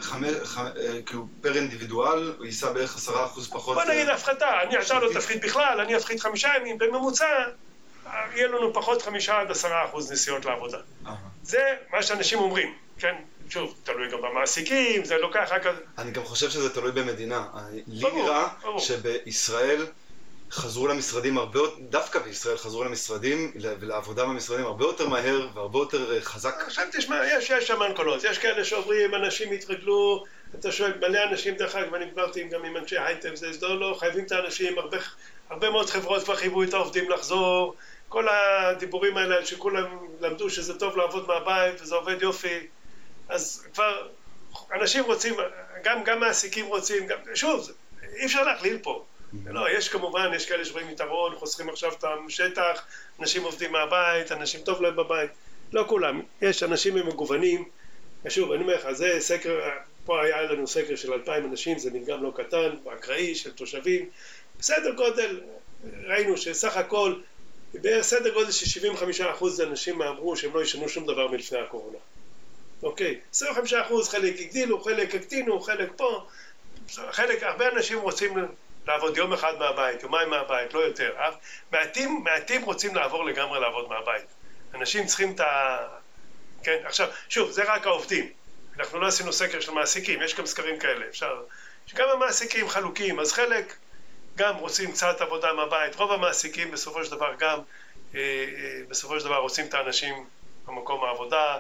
כאילו פר אינדיבידואל, הוא ייסע בערך 10% פחות. בוא נגיד הפחתה, אתה לא תפחית בכלל, אני אפחית 5 ימים, בממוצע, יהיה לנו פחות 5-10% נסיעות לעבודה. זה מה שאנשים אומרים, כן? שוב, תלוי גם במעסיקים, זה לוקח רק... אני גם חושב שזה תלוי במדינה. לי נראה שבישראל חזרו למשרדים דווקא בישראל חזרו למשרדים ולעבודה במשרדים הרבה יותר מהר והרבה יותר חזק. עכשיו תשמע, יש שם הנקולות, יש כאלה שאומרים, אנשים התרגלו, אתה שואל, מלא אנשים דרך אגב, ואני דיברתי גם עם אנשי הייטק, זה לא, חייבים את האנשים, הרבה מאוד חברות כבר חייבו את העובדים לחזור, כל הדיבורים האלה שכולם למדו שזה טוב לעבוד מהבית וזה עובד יופי, אז כבר אנשים רוצים, גם מעסיקים רוצים, שוב, אי אפשר להכליל פה. לא, יש כמובן, יש כאלה שרואים יתרון, חוסכים עכשיו את השטח, אנשים עובדים מהבית, אנשים טוב להם בבית, לא כולם, יש אנשים מגוונים, ושוב, אני אומר לך, זה סקר, פה היה לנו סקר של 2,000 אנשים, זה מדגם לא קטן, אקראי של תושבים, בסדר גודל, ראינו שסך הכל, בסדר גודל של 75% אנשים אמרו שהם לא ישנו שום דבר מלפני הקורונה. אוקיי, 25% חלק הגדילו, חלק הקטינו, חלק פה, הרבה אנשים רוצים לעבוד יום אחד מהבית, יומיים מהבית, לא יותר. מעטים רוצים לעבור לגמרי לעבוד מהבית. אנשים צריכים את כן, עכשיו, שוב, זה רק העובדים. אנחנו לא עשינו סקר של מעסיקים, יש גם סקרים כאלה. שגם המעסיקים חלוקים, אז חלק גם רוצים קצת עבודה מהבית. רוב המעסיקים בסופו של דבר גם, בסופו של דבר רוצים את האנשים במקום העבודה,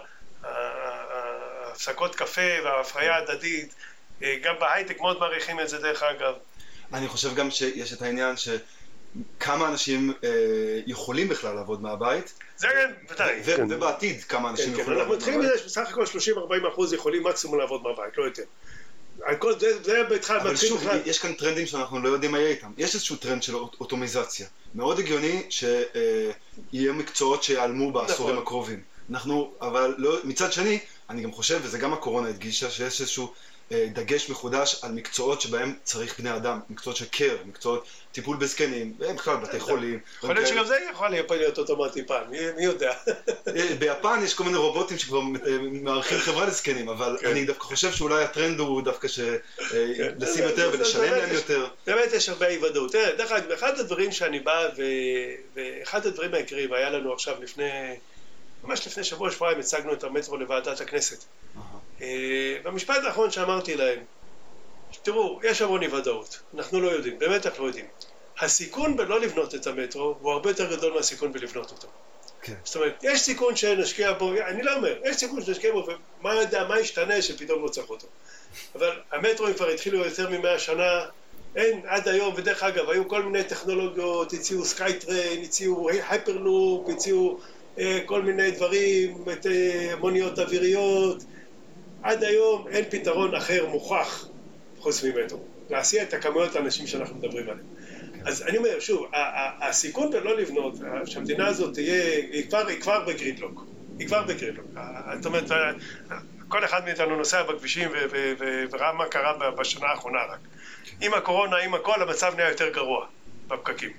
הפסקות קפה וההפריה הדדית, גם בהייטק מאוד מעריכים את זה דרך אגב. אני חושב גם שיש את העניין שכמה אנשים יכולים בכלל לעבוד מהבית. זה כן, ודאי. ובעתיד כמה אנשים יכולים לעבוד מהבית. אנחנו מתחילים מזה שבסך הכל 30-40% יכולים מקסימום לעבוד מהבית, לא יותר. זה בהתחלה אבל שוב, יש כאן טרנדים שאנחנו לא יודעים מה יהיה איתם. יש איזשהו טרנד של אוטומיזציה. מאוד הגיוני שיהיה מקצועות שיעלמו בעשורים הקרובים. אבל מצד שני, אני גם חושב, וזה גם הקורונה הדגישה, שיש איזשהו דגש מחודש על מקצועות שבהם צריך בני אדם, מקצועות של קר, מקצועות טיפול בזקנים, בכלל בתי חולים. יכול להיות שגם זה יכול להיות אוטומטי פעם, מי יודע? ביפן יש כל מיני רובוטים שכבר מערכים חברה לזקנים, אבל אני דווקא חושב שאולי הטרנד הוא דווקא לשים יותר ולשלם להם יותר. באמת יש הרבה אי-ודאות. תראה, דרך אגב, אחד הדברים שאני בא, ואחד הדברים העיקריים היה לנו עכשיו ממש לפני שבוע-שבועיים הצגנו את המטרו לוועדת הכנסת. במשפט האחרון שאמרתי להם, תראו, יש המון אי-ודאות, אנחנו לא יודעים, באמת אנחנו לא יודעים. הסיכון בלא לבנות את המטרו הוא הרבה יותר גדול מהסיכון בלבנות אותו. זאת אומרת, יש סיכון שנשקיע בו, אני לא אומר, יש סיכון שנשקיע בו, ומה יודע, מה ישתנה שפתאום לא צריך אותו. אבל המטרואים כבר התחילו יותר מ100 שנה, אין עד היום, ודרך אגב, היו כל מיני טכנולוגיות, הציעו סקייטריין, הציעו הייפרלופ, הציעו כל מיני דברים, מוניות אוויריות, עד היום אין פתרון אחר מוכח חוץ ממטרו, להסיע את הכמויות האנשים שאנחנו מדברים עליהם. אז אני אומר, שוב, הסיכון בלא לבנות, שהמדינה הזאת תהיה, היא כבר בגרידלוק. זאת אומרת, כל אחד מאיתנו נוסע בכבישים וראה מה קרה בשנה האחרונה רק. עם הקורונה, עם הכל, המצב נהיה יותר גרוע בפקקים.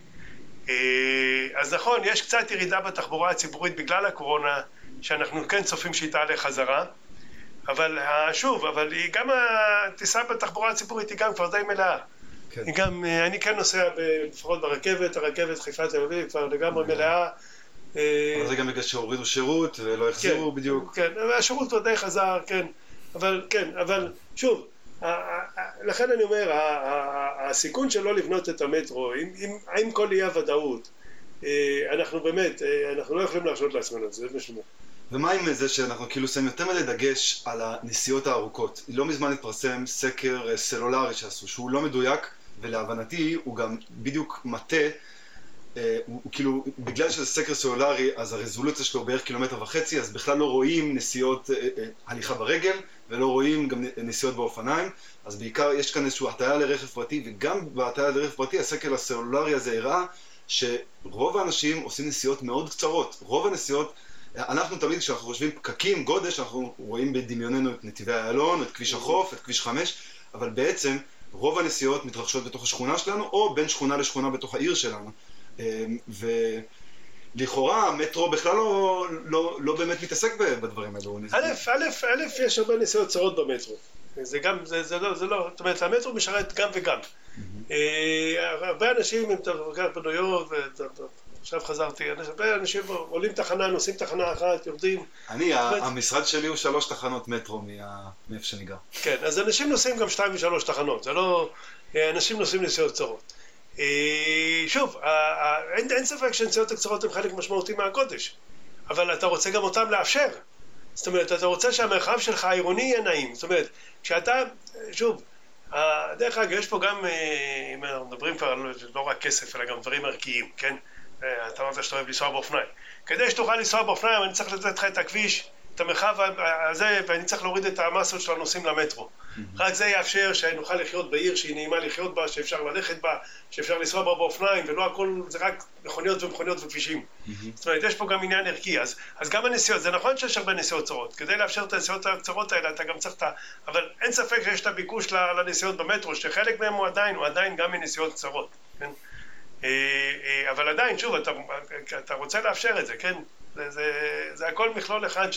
אז נכון, יש קצת ירידה בתחבורה הציבורית בגלל הקורונה, שאנחנו כן צופים שהיא תעלה חזרה, אבל שוב, אבל היא גם הטיסה בתחבורה הציבורית היא גם כבר די מלאה. כן. היא גם, אני כן נוסע לפחות ברכבת, הרכבת חיפה תל אביב כבר לגמרי מלאה. אבל זה גם בגלל שהורידו שירות ולא החזירו בדיוק. כן, השירות כבר די חזר, כן. אבל שוב, לכן אני אומר, הסיכון שלא לבנות את המטרו, עם כל אי הוודאות, אנחנו באמת, אנחנו לא יכולים להרשות לעצמנו את זה, זה משמעות. ומה עם זה שאנחנו כאילו שמים יותר מלא דגש על הנסיעות הארוכות? לא מזמן התפרסם סקר סלולרי שעשו, שהוא לא מדויק, ולהבנתי הוא גם בדיוק מטה, הוא כאילו, בגלל שזה סקר סלולרי, אז הרזולוציה שלו בערך 1.5 קילומטר, אז בכלל לא רואים נסיעות הליכה ברגל, ולא רואים גם נסיעות באופניים, אז בעיקר יש כאן איזושהי הטעיה לרכב פרטי, וגם בהטעיה לרכב פרטי, הסקר הסלולרי הזה הראה שרוב האנשים עושים נסיעות מאוד קצרות. רוב הנסיעות, אנחנו תמיד כשאנחנו חושבים פקקים, גודש, אנחנו רואים בדמיוננו את נתיבי איילון, את כביש החוף, את כביש 5, אבל בעצם רוב הנסיעות מתרחשות בתוך השכונה שלנו, או בין שכונה לשכונה בתוך העיר שלנו. ולכאורה המטרו בכלל לא באמת מתעסק בדברים האלו. א', יש הרבה נסיעות קצרות במטרו. זה גם, זה לא, זאת אומרת, המטרו משרת גם וגם. הרבה אנשים, אם אתה לוקח בניו יורק, עכשיו חזרתי, הרבה אנשים עולים תחנה, נוסעים תחנה אחת, יורדים. המשרד שלי הוא 3 תחנות מטרו מאיפה שאני גר. כן, אז אנשים נוסעים גם 2 ו3 תחנות, זה לא, אנשים נוסעים נסיעות קצרות. שוב, אין ספק שהנסיעות הקצרות הן חלק משמעותי מהקודש, אבל אתה רוצה גם אותם לאפשר. זאת אומרת, אתה רוצה שהמרחב שלך העירוני יהיה נעים. זאת אומרת, כשאתה, שוב, דרך אגב, יש פה גם, אם אנחנו מדברים כבר לא רק כסף, אלא גם דברים ערכיים, כן? אתה אמרת שאתה אוהב לנסוע באופניים. כדי שתוכל לנסוע באופניים, אני צריך לתת לך את הכביש, את המרחב הזה, ואני צריך להוריד את המסות של הנוסעים למטרו. רק זה יאפשר שנוכל לחיות בעיר שהיא נעימה לחיות בה, שאפשר ללכת בה, שאפשר לנסוע בה באופניים, ולא הכל, זה רק מכוניות ומכוניות וכבישים. זאת אומרת, יש פה גם עניין ערכי. אז גם הנסיעות, זה נכון שיש הרבה נסיעות קצרות. כדי לאפשר את הנסיעות הקצרות האלה, אתה גם צריך את אבל אין ספק שיש את הביקוש לנסיעות במטרו, שחלק מהם הוא עדיין גם מנסיעות קצרות. כן? אבל עדיין, שוב, אתה רוצה לאפשר את זה, כן? זה הכל מכלול אחד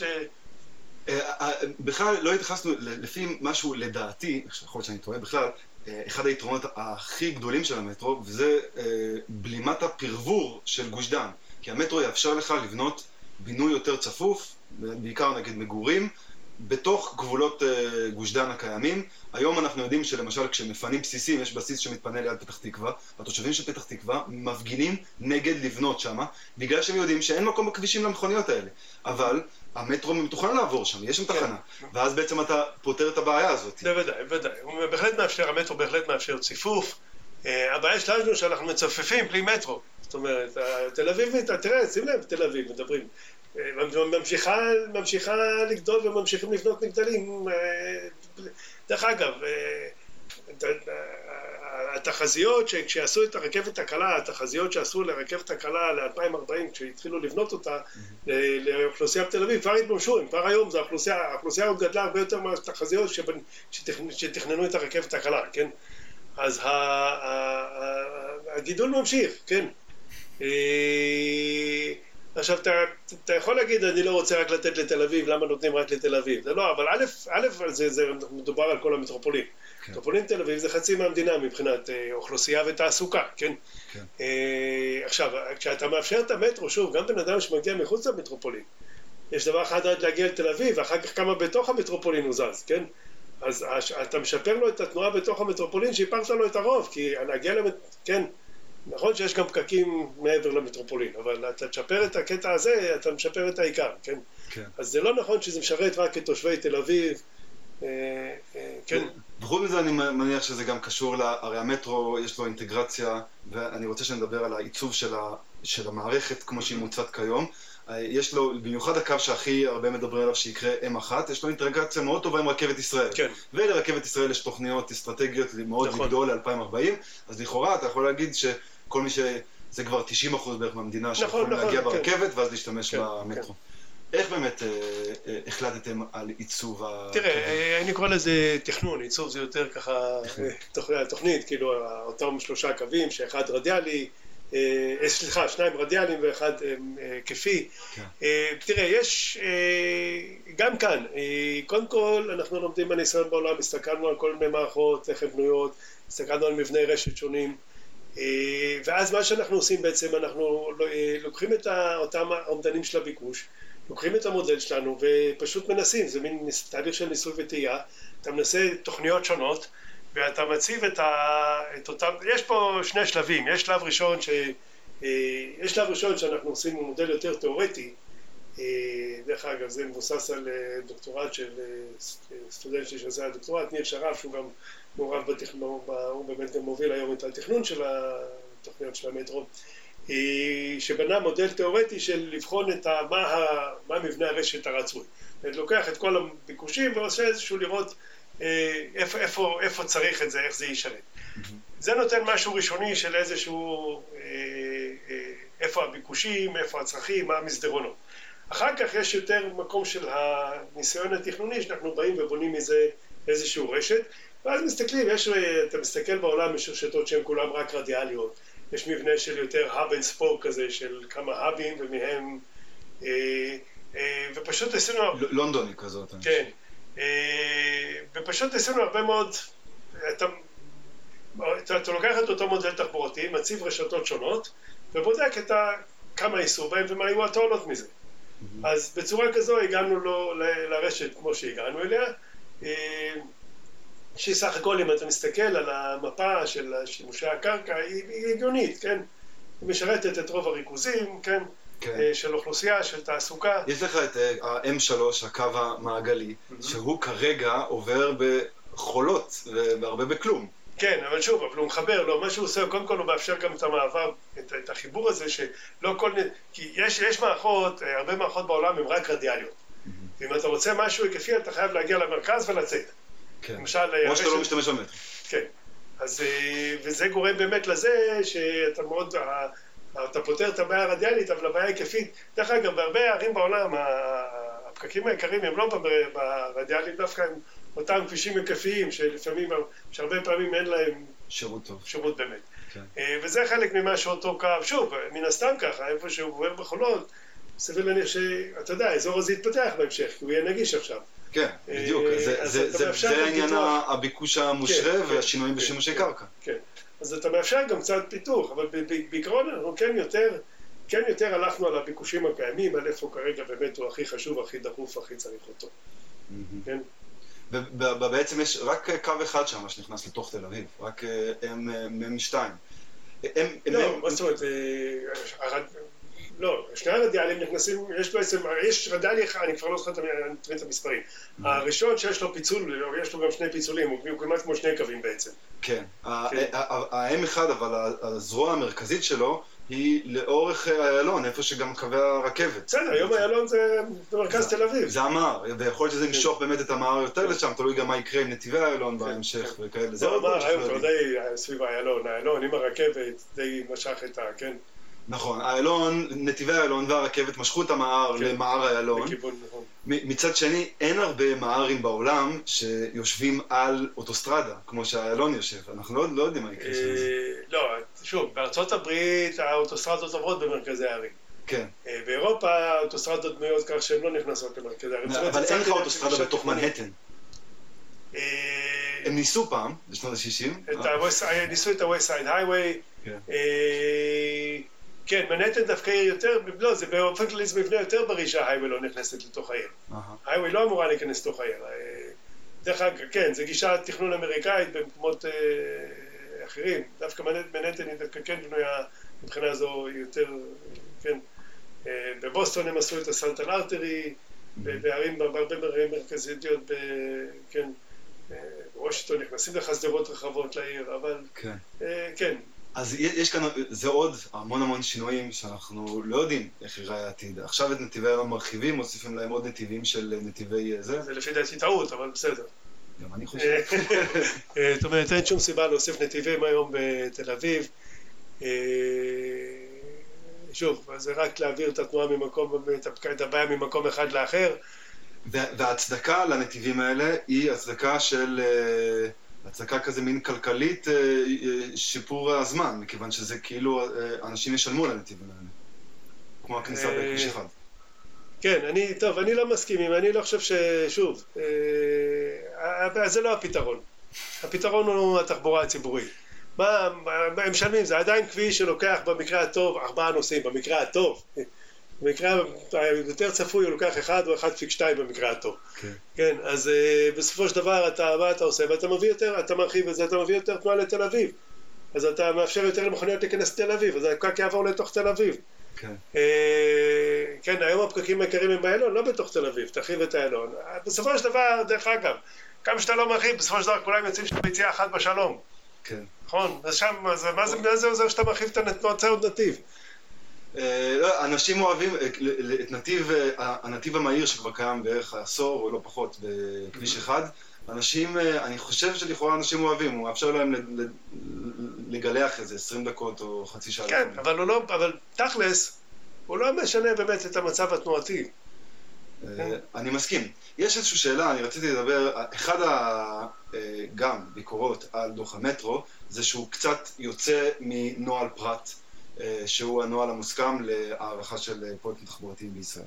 בכלל לא התייחסנו, לפי משהו לדעתי, יכול להיות שאני טועה בכלל, אחד היתרונות הכי גדולים של המטרו, וזה בלימת הפרבור של גוש דן. כי המטרו יאפשר לך לבנות בינוי יותר צפוף, בעיקר נגיד מגורים, בתוך גבולות גוש דן הקיימים. היום אנחנו יודעים שלמשל כשמפנים בסיסים, יש בסיס שמתפנה ליד פתח תקווה, והתושבים של פתח תקווה מפגינים נגד לבנות שם, בגלל שהם יודעים שאין מקום בכבישים למכוניות האלה. אבל המטרו מתוכן לעבור שם, יש שם תחנה, ואז בעצם אתה פותר את הבעיה הזאת. בוודאי. הוא בהחלט מאפשר, המטרו בהחלט מאפשר ציפוף. הבעיה שלנו שאנחנו מצופפים בלי מטרו. זאת אומרת, תל אביב, תראה, שים לב, תל אביב, מדברים. ממשיכה לגדול וממשיכים לבנות מגדלים. דרך אגב, התחזיות שכשיעשו את הרכבת הקלה, התחזיות שעשו לרכבת הקלה ל-2040, כשהתחילו לבנות אותה לאוכלוסייה בתל אביב, כבר התממשו, כבר היום האוכלוסייה עוד גדלה הרבה יותר מהתחזיות שתכננו את הרכבת הקלה, כן? אז הגידול ממשיך, כן? עכשיו, אתה יכול להגיד, אני לא רוצה רק לתת לתל אביב, למה נותנים רק לתל אביב? זה לא, אבל א', זה מדובר על כל המטרופולין. מטרופולין תל אביב זה חצי מהמדינה מבחינת אוכלוסייה ותעסוקה, כן? עכשיו, כשאתה מאפשר את המטרו, שוב, גם בן אדם שמגיע מחוץ למטרופולין, יש דבר אחד עד להגיע לתל אביב, ואחר כך כמה בתוך המטרופולין הוא זז, כן? אז אתה משפר לו את התנועה בתוך המטרופולין, שיפרת לו את הרוב, כי להגיע כן? נכון שיש גם פקקים מעבר למטרופולין, אבל אתה תשפר את הקטע הזה, אתה משפר את העיקר, כן? אז זה לא נכון שזה משרת רק את תושבי תל אביב, כן. וחוץ מזה אני מניח שזה גם קשור, הרי המטרו יש לו אינטגרציה, ואני רוצה שנדבר על העיצוב של המערכת כמו שהיא מוצעת כיום. יש לו, במיוחד הקו שהכי הרבה מדברים עליו שיקרה M1, יש לו אינטגרציה מאוד טובה עם רכבת ישראל. כן. ולרכבת ישראל יש תוכניות אסטרטגיות מאוד לגדול ל-2040, אז לכאורה אתה יכול להגיד שכל מי זה כבר 90% בערך מהמדינה שיכולים להגיע ברכבת ואז להשתמש במטרו. איך באמת החלטתם על עיצוב תראה, אני קורא לזה תכנון, עיצוב זה יותר ככה תוכנית, כאילו אותם 3 קווים, שאחד רדיאלי, סליחה, 2 רדיאליים ואחד כפי. תראה, יש גם כאן, קודם כל אנחנו לומדים בניסיון בעולם, הסתכלנו על כל מיני מערכות, איך הן בנויות, הסתכלנו על מבני רשת שונים, ואז מה שאנחנו עושים בעצם, אנחנו לוקחים את אותם האומדנים של הביקוש, לוקחים את המודל שלנו ופשוט מנסים, זה מין תהליך של ניסוי וטעייה, אתה מנסה תוכניות שונות, ואתה מציב את אותם, יש פה 2 שלבים, יש שלב ראשון שאנחנו עושים מודל יותר תיאורטי, דרך אגב זה מבוסס על דוקטורט של סטודנט שעושה הדוקטורט, ניר שרף, שהוא גם מעורב בתכנון, הוא באמת גם מוביל היום את התכנון של התוכניות של המטרו, שבנה מודל תיאורטי של לבחון את מה מבנה הרשת הרצוי. לוקח את כל הביקושים ועושה איזשהו לראות איפה צריך את זה, איך זה יישרת. זה נותן משהו ראשוני של איזשהו, איפה הביקושים, איפה הצרכים, מה המסדרונות. אחר כך יש יותר מקום של הניסיון התכנוני, שאנחנו באים ובונים מזה איזשהו רשת, ואז מסתכלים, אתה מסתכל בעולם, יש רשתות שהן כולם רק רדיאליות, יש מבנה של יותר hub and spoke כזה, של כמה האבים, ומהם, ופשוט עשינו... לונדוני כזאת. כן. ופשוט עשינו הרבה מאוד, אתה לוקח את אותו מודל תחבורתי, מציב רשתות שונות, ובודק כמה ייסעו בהם ומה היו התועלות מזה. אז בצורה כזו הגענו לרשת כמו שהגענו אליה, שסך הכל אם אתה מסתכל על המפה של שימושי הקרקע, היא הגיונית, כן? היא משרתת את רוב הריכוזים, כן? של אוכלוסייה, של תעסוקה. יש לך את ה-M3, הקו המעגלי, שהוא כרגע עובר בחולות והרבה בכלום. כן, אבל שוב, אבל הוא מחבר לו, מה שהוא עושה, קודם כל הוא מאפשר גם את המעבר, את החיבור הזה, שלא כל... כי יש מערכות, הרבה מערכות בעולם הן רק רדיאליות. ואם אתה רוצה משהו היקפי, אתה חייב להגיע למרכז ולצאת. כן, כמו שאתה לא משתמש במטרו. כן, אז וזה גורם באמת לזה שאתה מאוד... אתה פותר את הבעיה הרדיאלית, אבל הבעיה היקפית, דרך אגב, בהרבה ערים בעולם, הפקקים העיקריים הם לא ברדיאלית, דווקא הם אותם כבישים היקפיים, שלפעמים, שהרבה פעמים אין להם שירות טוב. שירות באמת. וזה חלק ממה שאותו קו, שוב, מן הסתם ככה, איפה שהוא עובר בחולות, סביר להניח שאתה יודע, האזור הזה יתפתח בהמשך, כי הוא יהיה נגיש עכשיו. כן, בדיוק, זה העניין הביקוש המושרה והשינויים בשימושי קרקע. כן. אז אתה מאפשר גם קצת פיתוח, אבל בעיקרון אנחנו כן יותר הלכנו על הביקושים הקיימים, על איפה כרגע באמת הוא הכי חשוב, הכי דחוף, הכי צריך אותו. כן? ובעצם יש רק קו אחד שם שנכנס לתוך תל אביב, רק M2. לא, מה זאת אומרת, לא, 2 הרדיאלים נכנסים, יש רדיאלי אחד, אני כבר לא זוכר את המספרים. הראשון שיש לו פיצול, יש לו גם 2 פיצולים, הוא כמעט כמו 2 קווים בעצם. כן, ה-M1 אבל הזרוע המרכזית שלו היא לאורך איילון, איפה שגם קווי הרכבת. בסדר, היום איילון זה במרכז תל אביב. זה המהר, ויכול להיות שזה ימשוך באמת את המהר יותר לשם, תלוי גם מה יקרה עם נתיבי איילון בהמשך וכאלה. זה המהר, היום כבר די סביב האיילון עם הרכבת די משך את כן. נכון, נתיבי איילון והרכבת משכו את המהר למהר איילון. מצד שני, אין הרבה מהרים בעולם שיושבים על אוטוסטרדה, כמו שהאיילון יושב. אנחנו לא יודעים מה יקרה של זה. לא, שוב, בארצות הברית האוטוסטרדות עוברות במרכזי הערים. כן. באירופה האוטוסטרדות בנויות כך שהן לא נכנסות למרכזי הערים. אבל אין לך אוטוסטרדה בתוך מנהטן. הם ניסו פעם, בשנות ה-60. ניסו את ה-West Side Highway. כן, מנהטן דווקא יותר, לא, זה באופן כללי זה מבנה יותר בריא שההייווי לא נכנסת לתוך העיר. ההייווי לא אמורה להיכנס לתוך העיר. דרך אגב, כן, זה גישה תכנון אמריקאית במקומות אחרים. דווקא מנהטן היא דווקא כן בנויה מבחינה זו יותר, כן. בבוסטון הם עשו את הסנטרל ארטרי, בערים, בהרבה בערים מרכזיות, כן, בוושינגטון נכנסים לך שדרות רחבות לעיר, אבל כן. אז יש כאן, זה עוד המון שינויים שאנחנו לא יודעים איך ייראה העתיד. עכשיו את נתיבי איילון מרחיבים, מוסיפים להם עוד נתיבים של נתיבי זה. זה לפי דעתי טעות, אבל בסדר. גם אני חושב. זאת אומרת, אין שום סיבה להוסיף נתיבים היום בתל אביב. שוב, זה רק להעביר את התנועה ממקום, את הבעיה ממקום אחד לאחר. וההצדקה לנתיבים האלה היא הצדקה של הצדקה כזה מין כלכלית שיפור הזמן, מכיוון שזה כאילו אנשים ישלמו לנתיבים האלה, כמו הכניסה בכביש אחד. כן, אני לא מסכים, אני לא חושב שוב, זה לא הפתרון. הפתרון הוא התחבורה הציבורית. הם משלמים, זה עדיין כביש שלוקח במקרה הטוב 4 נוסעים, במקרה הטוב. במקרה יותר צפוי הוא לוקח 1 או 1.2 במקרה הטוב. כן, אז בסופו של דבר מה אתה עושה? ואתה מביא יותר, אתה מרחיב את זה, אתה מביא יותר תנועה לתל אביב. אז אתה מאפשר יותר למכוניות להיכנס לתל אביב, אז הפקק יעבור לתוך תל אביב. כן, היום הפקקים העיקריים הם באיילון, לא בתוך תל אביב, תרחיב את האיילון. בסופו של דבר, דרך אגב, כמה שאתה לא מרחיב, בסופו של דבר כולם יוצאים שאתה ביציאה אחת בשלום. כן. נכון? אז שם, מה זה עוזר שאתה מרחיב את עוד נתיב? לא, אנשים אוהבים את הנתיב המהיר שכבר קיים בערך עשור או לא פחות בכביש אחד. אנשים, אני חושב שלכאורה אנשים אוהבים, הוא מאפשר להם לגלח איזה 20 דקות או חצי שעה. כן, אבל תכלס, הוא לא משנה באמת את המצב התנועתי. אני מסכים. יש איזושהי שאלה, אני רציתי לדבר, אחד גם ביקורות על דוח המטרו, זה שהוא קצת יוצא מנוהל פרט, שהוא הנוהל המוסכם להערכה של פרויקטים תחבורתיים בישראל.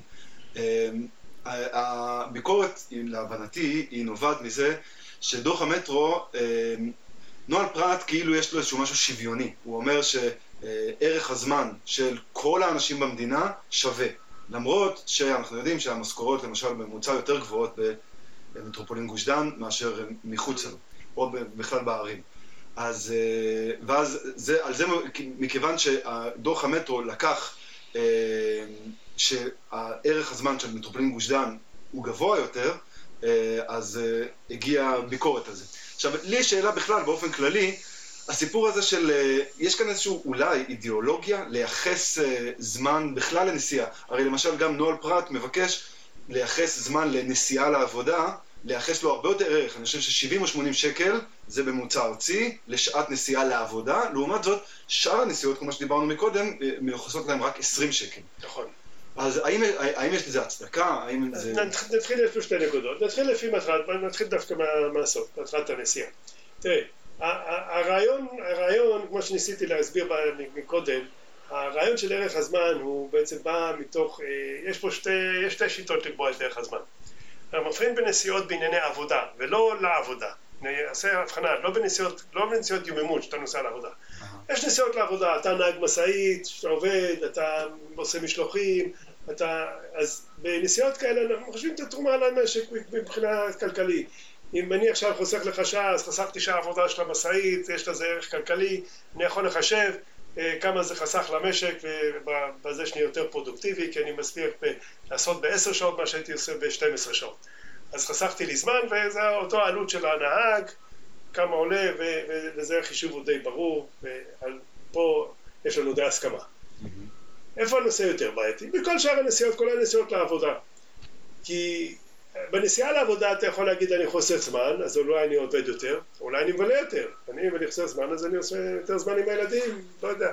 הביקורת, להבנתי, היא נובעת מזה שדוח המטרו, נוהל פרט כאילו יש לו איזשהו משהו שוויוני. הוא אומר שערך הזמן של כל האנשים במדינה שווה. למרות שאנחנו יודעים שהמשכורות למשל בממוצע יותר גבוהות במטרופולין גוש דן מאשר מחוץ לו, או בכלל בערים. אז, על זה, מכיוון שדוח המטרו לקח שהערך הזמן של מטרופולין גוש דן הוא גבוה יותר, אז הגיעה ביקורת על זה. עכשיו, לי יש שאלה בכלל, באופן כללי, הסיפור הזה של, יש כאן איזשהו אולי אידיאולוגיה לייחס זמן בכלל לנסיעה. הרי למשל גם נוהל פרט מבקש לייחס זמן לנסיעה לעבודה, לייחס לו הרבה יותר ערך. אני חושב ש70 או 80 שקל זה בממוצע ארצי לשעת נסיעה לעבודה, לעומת זאת שאר הנסיעות, כמו שדיברנו מקודם, מיוחסות להם רק 20 שקל. נכון. אז האם יש לזה הצדקה? האם זה... נתחיל לפי 2 נקודות. נתחיל דווקא מהסוף, מהתחלת הנסיעה. תראה, הרעיון, כמו שניסיתי להסביר מקודם, הרעיון של ערך הזמן הוא בעצם בא מתוך, יש פה שתי שיטות לקבוע את ערך הזמן. אנחנו מפריעים בנסיעות בענייני עבודה, ולא לעבודה. אני אעשה הבחנה, לא בנסיעות יוממות שאתה נוסע לעבודה. יש נסיעות לעבודה, אתה נהג משאית, שאתה עובד, אתה עושה משלוחים, אז בנסיעות כאלה אנחנו חושבים את התרומה למשק מבחינה כלכלית. אם אני עכשיו חוסך לך שעה, אז חסכתי שעה עבודה של המשאית, יש לזה ערך כלכלי, אני יכול לחשב כמה זה חסך למשק, ובזה שאני יותר פרודוקטיבי, כי אני מספיק לעשות ב10 שעות מה שהייתי עושה ב12 שעות. אז חסכתי לי זמן, וזה אותו העלות של הנהג, כמה עולה, וזה החישוב הוא די ברור, ופה יש לנו די הסכמה. איפה הנושא יותר בעייתי? בכל שאר הנסיעות, כל הנסיעות לעבודה. כי בנסיעה לעבודה אתה יכול להגיד אני חוסך זמן, אז אולי אני עובד יותר, אולי אני מבלה יותר. אם אני חוסך זמן, אז אני עושה יותר זמן עם הילדים, לא יודע.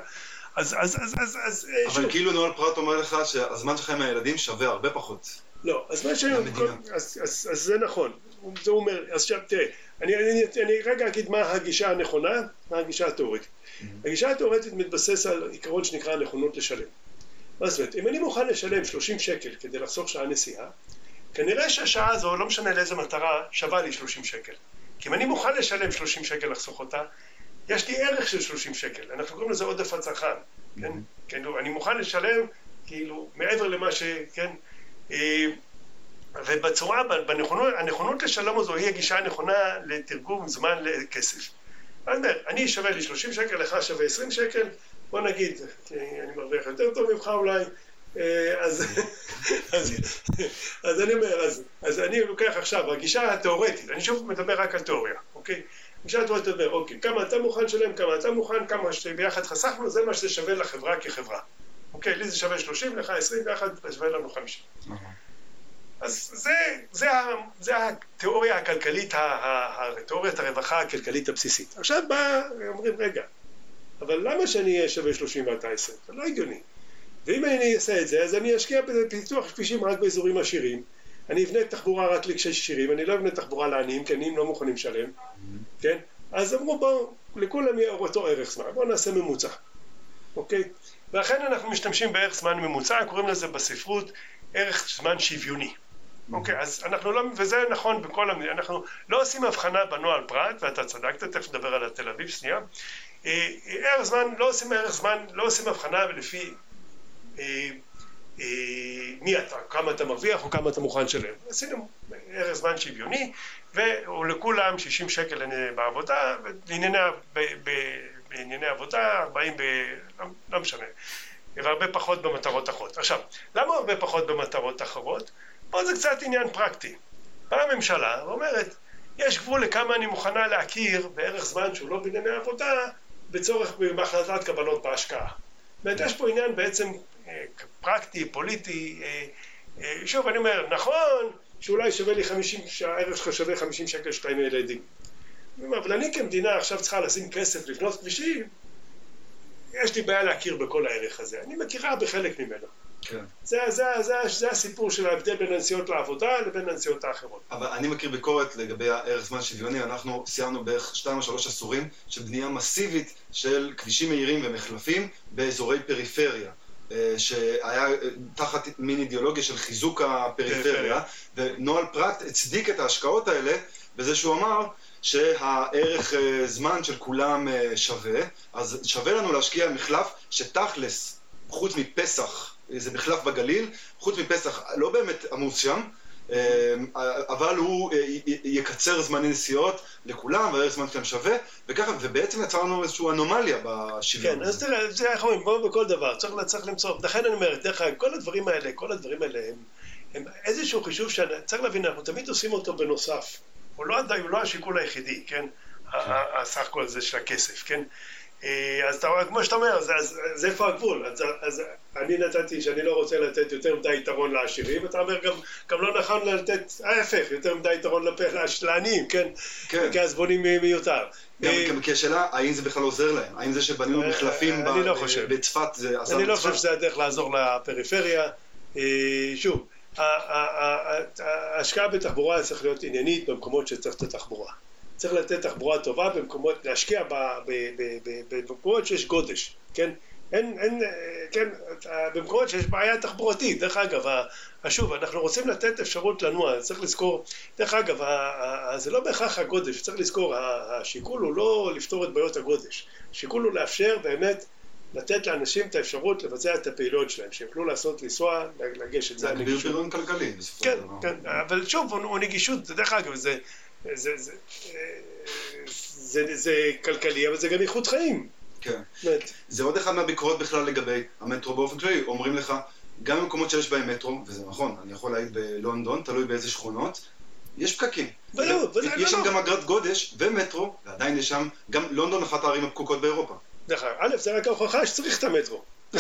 אז אבל כאילו נוהל פרט אומר לך שהזמן שלך עם הילדים שווה הרבה פחות. לא, אז מה שאני... אז זה נכון. זה אומר, אז עכשיו תראה, אני רגע אגיד מה הגישה הנכונה, מה הגישה התיאורטית. הגישה התיאורטית מתבסס על עיקרון שנקרא נכונות לשלם. מה זאת אומרת, אם אני מוכן לשלם 30 שקל כדי לחסוך שעה נסיעה, כנראה שהשעה הזו, לא משנה לאיזה מטרה, שווה לי 30 שקל. כי אם אני מוכן לשלם 30 שקל לחסוך אותה, יש לי ערך של 30 שקל. אנחנו קוראים לזה עודף הצרכן. כן? כאילו, אני מוכן לשלם, כאילו, מעבר למה ש... כן? ובצורה, הנכונות לשלם הזו היא הגישה הנכונה לתרגום זמן לכסף. אני שווה לי 30 שקל, לך שווה 20 שקל, בוא נגיד, אני מרוויח יותר טוב ממך אולי, אז אני אומר, אז אני לוקח עכשיו, הגישה התיאורטית, אני שוב מדבר רק על תיאוריה, אוקיי? הגישה התיאורטית מדבר, אוקיי, כמה אתה מוכן לשלם, כמה אתה מוכן, כמה שביחד חסכנו, זה מה שזה שווה לחברה כחברה. אוקיי, לי זה שווה 30, לך 20, ביחד שווה לנו 50. אז זה התיאוריה הכלכלית, תיאוריית הרווחה הכלכלית הבסיסית. עכשיו אומרים, רגע, אבל למה שאני אהיה שווה 30 ואתה 20? זה לא הגיוני. ואם אני אעשה את זה, אז אני אשקיע בפיתוח כבישים רק באזורים עשירים, אני אבנה תחבורה רק לכבישים עשירים, אני לא אבנה תחבורה לעניים, כי עניים לא מוכנים לשלם, כן? אז אמרו בואו, לכולם יהיה אותו ערך זמן, בואו נעשה ממוצע, אוקיי? ואכן אנחנו משתמשים בערך זמן ממוצע, קוראים לזה בספרות ערך זמן שוויוני. אוקיי, אז אנחנו לא, וזה נכון בכל המדינה, אנחנו לא עושים הבחנה בנוהל פרט, ואתה צדקת, תכף נדבר על התל אביב שנייה. ערך זמן, לא עושים הבחנה לפי מי אתה, כמה אתה מרוויח או כמה אתה מוכן שלם. עשינו ערך זמן שוויוני, ולכולם 60 שקל בעבודה, בענייני עבודה, 40 לא משנה, והרבה פחות במטרות אחרות. עכשיו, למה הרבה פחות במטרות אחרות? פה זה קצת עניין פרקטי. באה הממשלה ואומרת, יש גבול לכמה אני מוכנה להכיר בערך זמן שהוא לא בענייני עבודה, בצורך בהחלטת קבלות בהשקעה. זאת אומרת, יש פה עניין בעצם פרקטי, פוליטי. שוב, אני אומר, נכון שאולי שווה לי 50, שהערך שלך שווה 50 שקל 2 ילדים. אבל אני כמדינה עכשיו צריכה לשים כסף לבנות כבישים, יש לי בעיה להכיר בכל הערך הזה. אני מכירה בחלק ממנו. כן. זה הסיפור של ההבדל בין הנסיעות לעבודה לבין הנסיעות האחרות. אבל אני מכיר ביקורת לגבי הערך זמן שוויוני. אנחנו סיימנו בערך 2 או 3 עשורים של בנייה מסיבית של כבישים מהירים ומחלפים באזורי פריפריה, שהיה תחת מין אידיאולוגיה של חיזוק הפריפריה, ונוהל פרט הצדיק את ההשקעות האלה בזה שהוא אמר שהערך זמן של כולם שווה, אז שווה לנו להשקיע מחלף שתכלס, חוץ מפסח, זה מחלף בגליל, חוץ מפסח לא באמת עמוס שם, אבל הוא יקצר זמני נסיעות לכולם, והערך זמן שלהם שווה, וככה, ובעצם יצרנו איזושהי אנומליה בשוויון. כן, אז תראה, זה איך אומרים, בואו בכל דבר, צריך למצוא, לכן אני אומר, דרך אגב, כל הדברים האלה הם איזשהו חישוב שצריך להבין, אנחנו תמיד עושים אותו בנוסף, הוא לא השיקול היחידי, כן? הסך כל זה של הכסף, כן? אז כמו שאתה אומר, זה איפה הגבול. אז אני נתתי שאני לא רוצה לתת יותר מדי יתרון לעשירים, אתה אומר גם לא נכון לתת ההפך, יותר מדי יתרון לעניים, כן? כי אז בונים מיותר. גם כי השאלה, האם זה בכלל עוזר להם? האם זה שבנינו מחלפים בצפת זה עזר בצפת? אני לא חושב שזה הדרך לעזור לפריפריה. שוב, ההשקעה בתחבורה צריך להיות עניינית במקומות שצריך את התחבורה. צריך לתת תחבורה טובה במקומות, להשקיע במקומות שיש גודש, כן? כן, במקומות שיש בעיה תחבורתית. דרך אגב, שוב, אנחנו רוצים לתת אפשרות לנוע, צריך לזכור, דרך אגב, זה לא בהכרח הגודש, צריך לזכור, השיקול הוא לא לפתור את בעיות הגודש, השיקול הוא לאפשר באמת לתת לאנשים את האפשרות לבצע את הפעילות שלהם, שיוכלו לעשות, לנסוע, לגשת. זה הגביר פירון כלכלי. כן, כן, אבל שוב, הוא נגישות, דרך אגב, זה כלכלי, אבל זה גם איכות חיים. כן. זה עוד אחד מהביקורות בכלל לגבי המטרו באופן כללי. אומרים לך, גם במקומות שיש בהם מטרו, וזה נכון, אני יכול להעיד בלונדון, תלוי באיזה שכונות, יש פקקים. יש שם גם אגרת גודש ומטרו, ועדיין יש שם, גם לונדון אחת הערים הפקוקות באירופה. דרך אגב, א', זה רק ההוכחה שצריך את המטרו.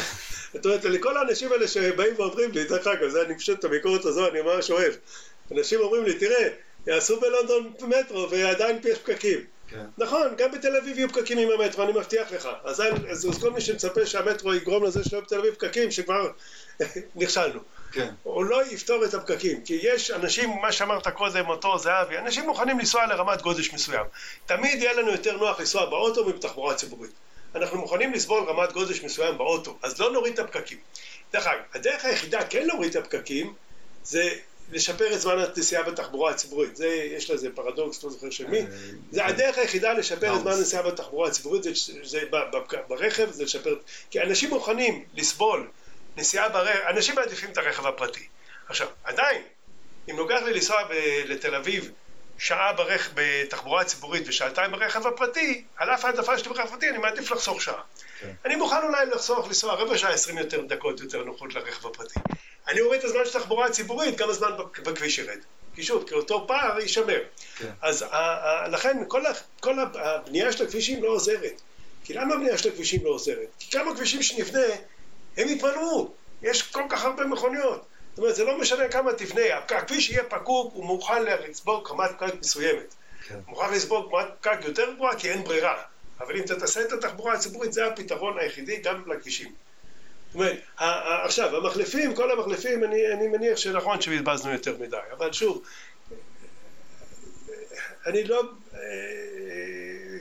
זאת אומרת, לכל האנשים האלה שבאים ואומרים לי, דרך אגב, זה אני פשוט את הביקורת הזו, אני ממש אוהב. אנשים אומרים לי, תראה, יעשו בלונדון מטרו ועדיין יש פקקים. נכון, גם בתל אביב יהיו פקקים עם המטרו, אני מבטיח לך. אז כל מי שמצפה שהמטרו יגרום לזה שלא בתל אביב פקקים, שכבר נכשלנו. הוא לא יפתור את הפקקים, כי יש אנשים, מה שאמרת קודם, אותו זהבי, אנשים מוכנים לנסוע לרמת גודש מסוים. תמיד יהיה לנו יותר נוח לנסוע באוטו מבתחבורה ציבורית. אנחנו מוכנים לסבול רמת גודש מסוים באוטו, אז לא נוריד את הפקקים. דרך אגב, הדרך היחידה כן להוריד את הפקקים, זה לשפר את זמן הנסיעה בתחבורה הציבורית. זה, יש לזה פרדוקס, לא זוכר של מי. זה הדרך היחידה לשפר את זמן הנסיעה בתחבורה הציבורית, זה ברכב, זה לשפר, כי אנשים מוכנים לסבול נסיעה ברכב, אנשים מעדיפים את הרכב הפרטי. עכשיו, עדיין, אם לוקח לי לנסוע לתל אביב, שעה בתחבורה הציבורית ושעתיים ברכב הפרטי, על אף העדפה שלי ברכב הפרטי, אני מעדיף לחסוך שעה. אני מוכן אולי לנסוע רבע שעה, 20 יותר דקות יותר נוחות לרכב הפרטי. אני אוריד את הזמן של תחבורה הציבורית, גם הזמן בכביש ירד. כי שוב, כי אותו פער יישמר. אז לכן כל הבנייה של הכבישים לא עוזרת. כי למה הבנייה של הכבישים לא עוזרת? כי כמה כבישים שנבנה, הם יתמלאו. יש כל כך הרבה מכוניות. זאת אומרת, זה לא משנה כמה תבנה. הכביש יהיה פקוק, הוא מוכן לספוג רמת פקק מסוימת. מוכן לספוג רמת פקק יותר גבוהה, כי אין ברירה. אבל אם אתה תעשה את התחבורה הציבורית, זה הפתרון היחידי גם לכבישים. זאת אומרת, עכשיו, המחלפים, כל המחלפים, אני מניח שנכון שבזבזנו יותר מדי, אבל שוב, אני לא,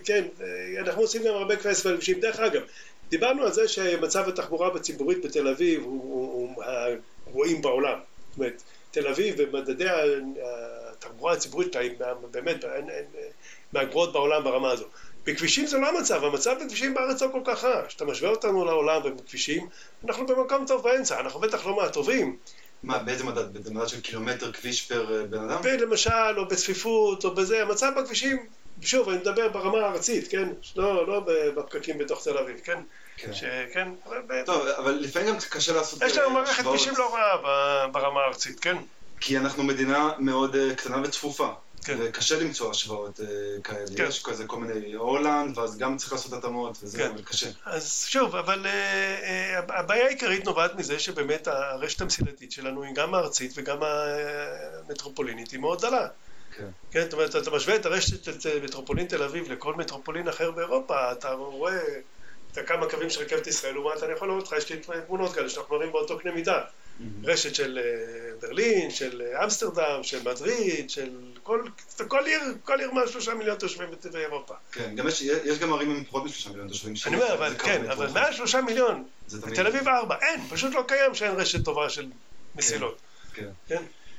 כן, אנחנו עושים גם הרבה כבש בכבישים. דרך אגב, דיברנו על זה שמצב התחבורה בציבורית בתל אביב הוא הגרועים בעולם. זאת אומרת, תל אביב ומדדי התחבורה הציבורית באמת מהגרועות בעולם ברמה הזו. בכבישים זה לא המצב, המצב בכבישים בארץ לא כל כך רע. כשאתה משווה אותנו לעולם ובכבישים, אנחנו במקום טוב באמצע, אנחנו בטח לא מהטובים. מה, באיזה מדד? במדד של קילומטר כביש פר בן אדם? למשל, או בצפיפות, או בזה, המצב בכבישים, שוב, אני מדבר ברמה הארצית, כן? לא בפקקים בתוך תל אביב, כן? כן. טוב, אבל לפעמים גם קשה לעשות... יש לנו מערכת כבישים לא רעה ברמה הארצית, כן? כי אנחנו מדינה מאוד קטנה וצפופה. כן. וקשה למצוא השוואות כאלה. כן. יש כזה כל מיני הולנד, ואז גם צריך לעשות התאמות, וזה כן. קשה. אז שוב, אבל הבעיה העיקרית נובעת מזה שבאמת הרשת המסילתית שלנו היא גם הארצית וגם המטרופולינית, היא מאוד דלה. כן. כן, זאת אומרת, אתה משווה את הרשת של מטרופולין תל אביב לכל מטרופולין אחר באירופה, אתה רואה כמה קווים של רכבת ישראל, לעומת אני יכול לראות לך, יש לי תמונות כאלה שאנחנו נראים באותו קנה מידה. רשת של ברלין, של אמסטרדם, של מדריד, של כל עיר מה 3 מיליון תושבים באירופה. כן, גם יש גם ערים עם פחות מ3 מיליון תושבים. אני אומר, אבל כן, אבל מעל 3 מיליון, בתל אביב 4, אין, פשוט לא קיים שאין רשת טובה של מסילות. כן.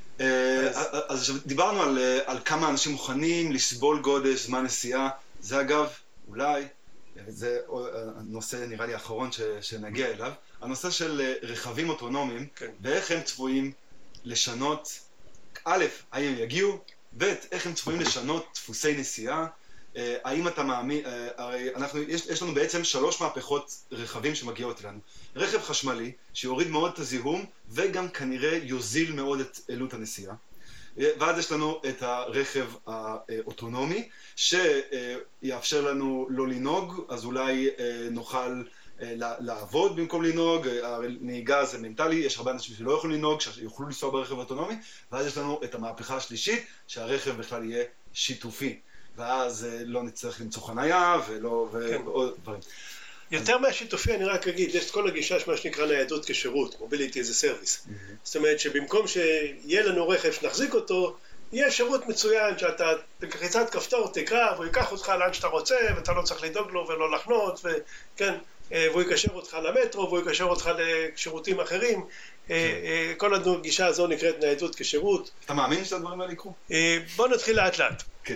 אז דיברנו על כמה אנשים מוכנים לסבול גודש, זמן נסיעה, זה אגב, אולי, זה הנושא נראה לי האחרון שנגיע אליו, הנושא של רכבים אוטונומיים, ואיך הם צפויים לשנות, א', האם הם יגיעו, ב', איך הם צפויים לשנות דפוסי נסיעה, האם אתה מאמין, הרי יש לנו בעצם 3 מהפכות רכבים שמגיעות אלינו. רכב חשמלי שיוריד מאוד את הזיהום וגם כנראה יוזיל מאוד את עלות הנסיעה. ואז יש לנו את הרכב האוטונומי שיאפשר לנו לא לנהוג, אז אולי נוכל לעבוד במקום לנהוג, נהיגה זה מנטלי, יש הרבה אנשים שלא יכולים לנהוג, שיוכלו לנסוע ברכב האוטונומי, ואז יש לנו את המהפכה השלישית שהרכב בכלל יהיה שיתופי. ואז לא נצטרך למצוא חנייה ועוד דברים. יותר מהשיתופי אני רק אגיד, יש את כל הגישה שמה שנקרא ניידות כשירות, mobility as a service. זאת אומרת שבמקום שיהיה לנו רכב שנחזיק אותו, יהיה שירות מצוין שאתה בקריצת כפתור תקרא והוא ייקח אותך לאן שאתה רוצה ואתה לא צריך לדאוג לו ולא לחנות וכן, והוא יקשר אותך למטרו והוא יקשר אותך לשירותים אחרים. כל הגישה הזו נקראת ניידות כשירות. אתה מאמין שהדברים האלה יקרו? בוא נתחיל לאט לאט. כן.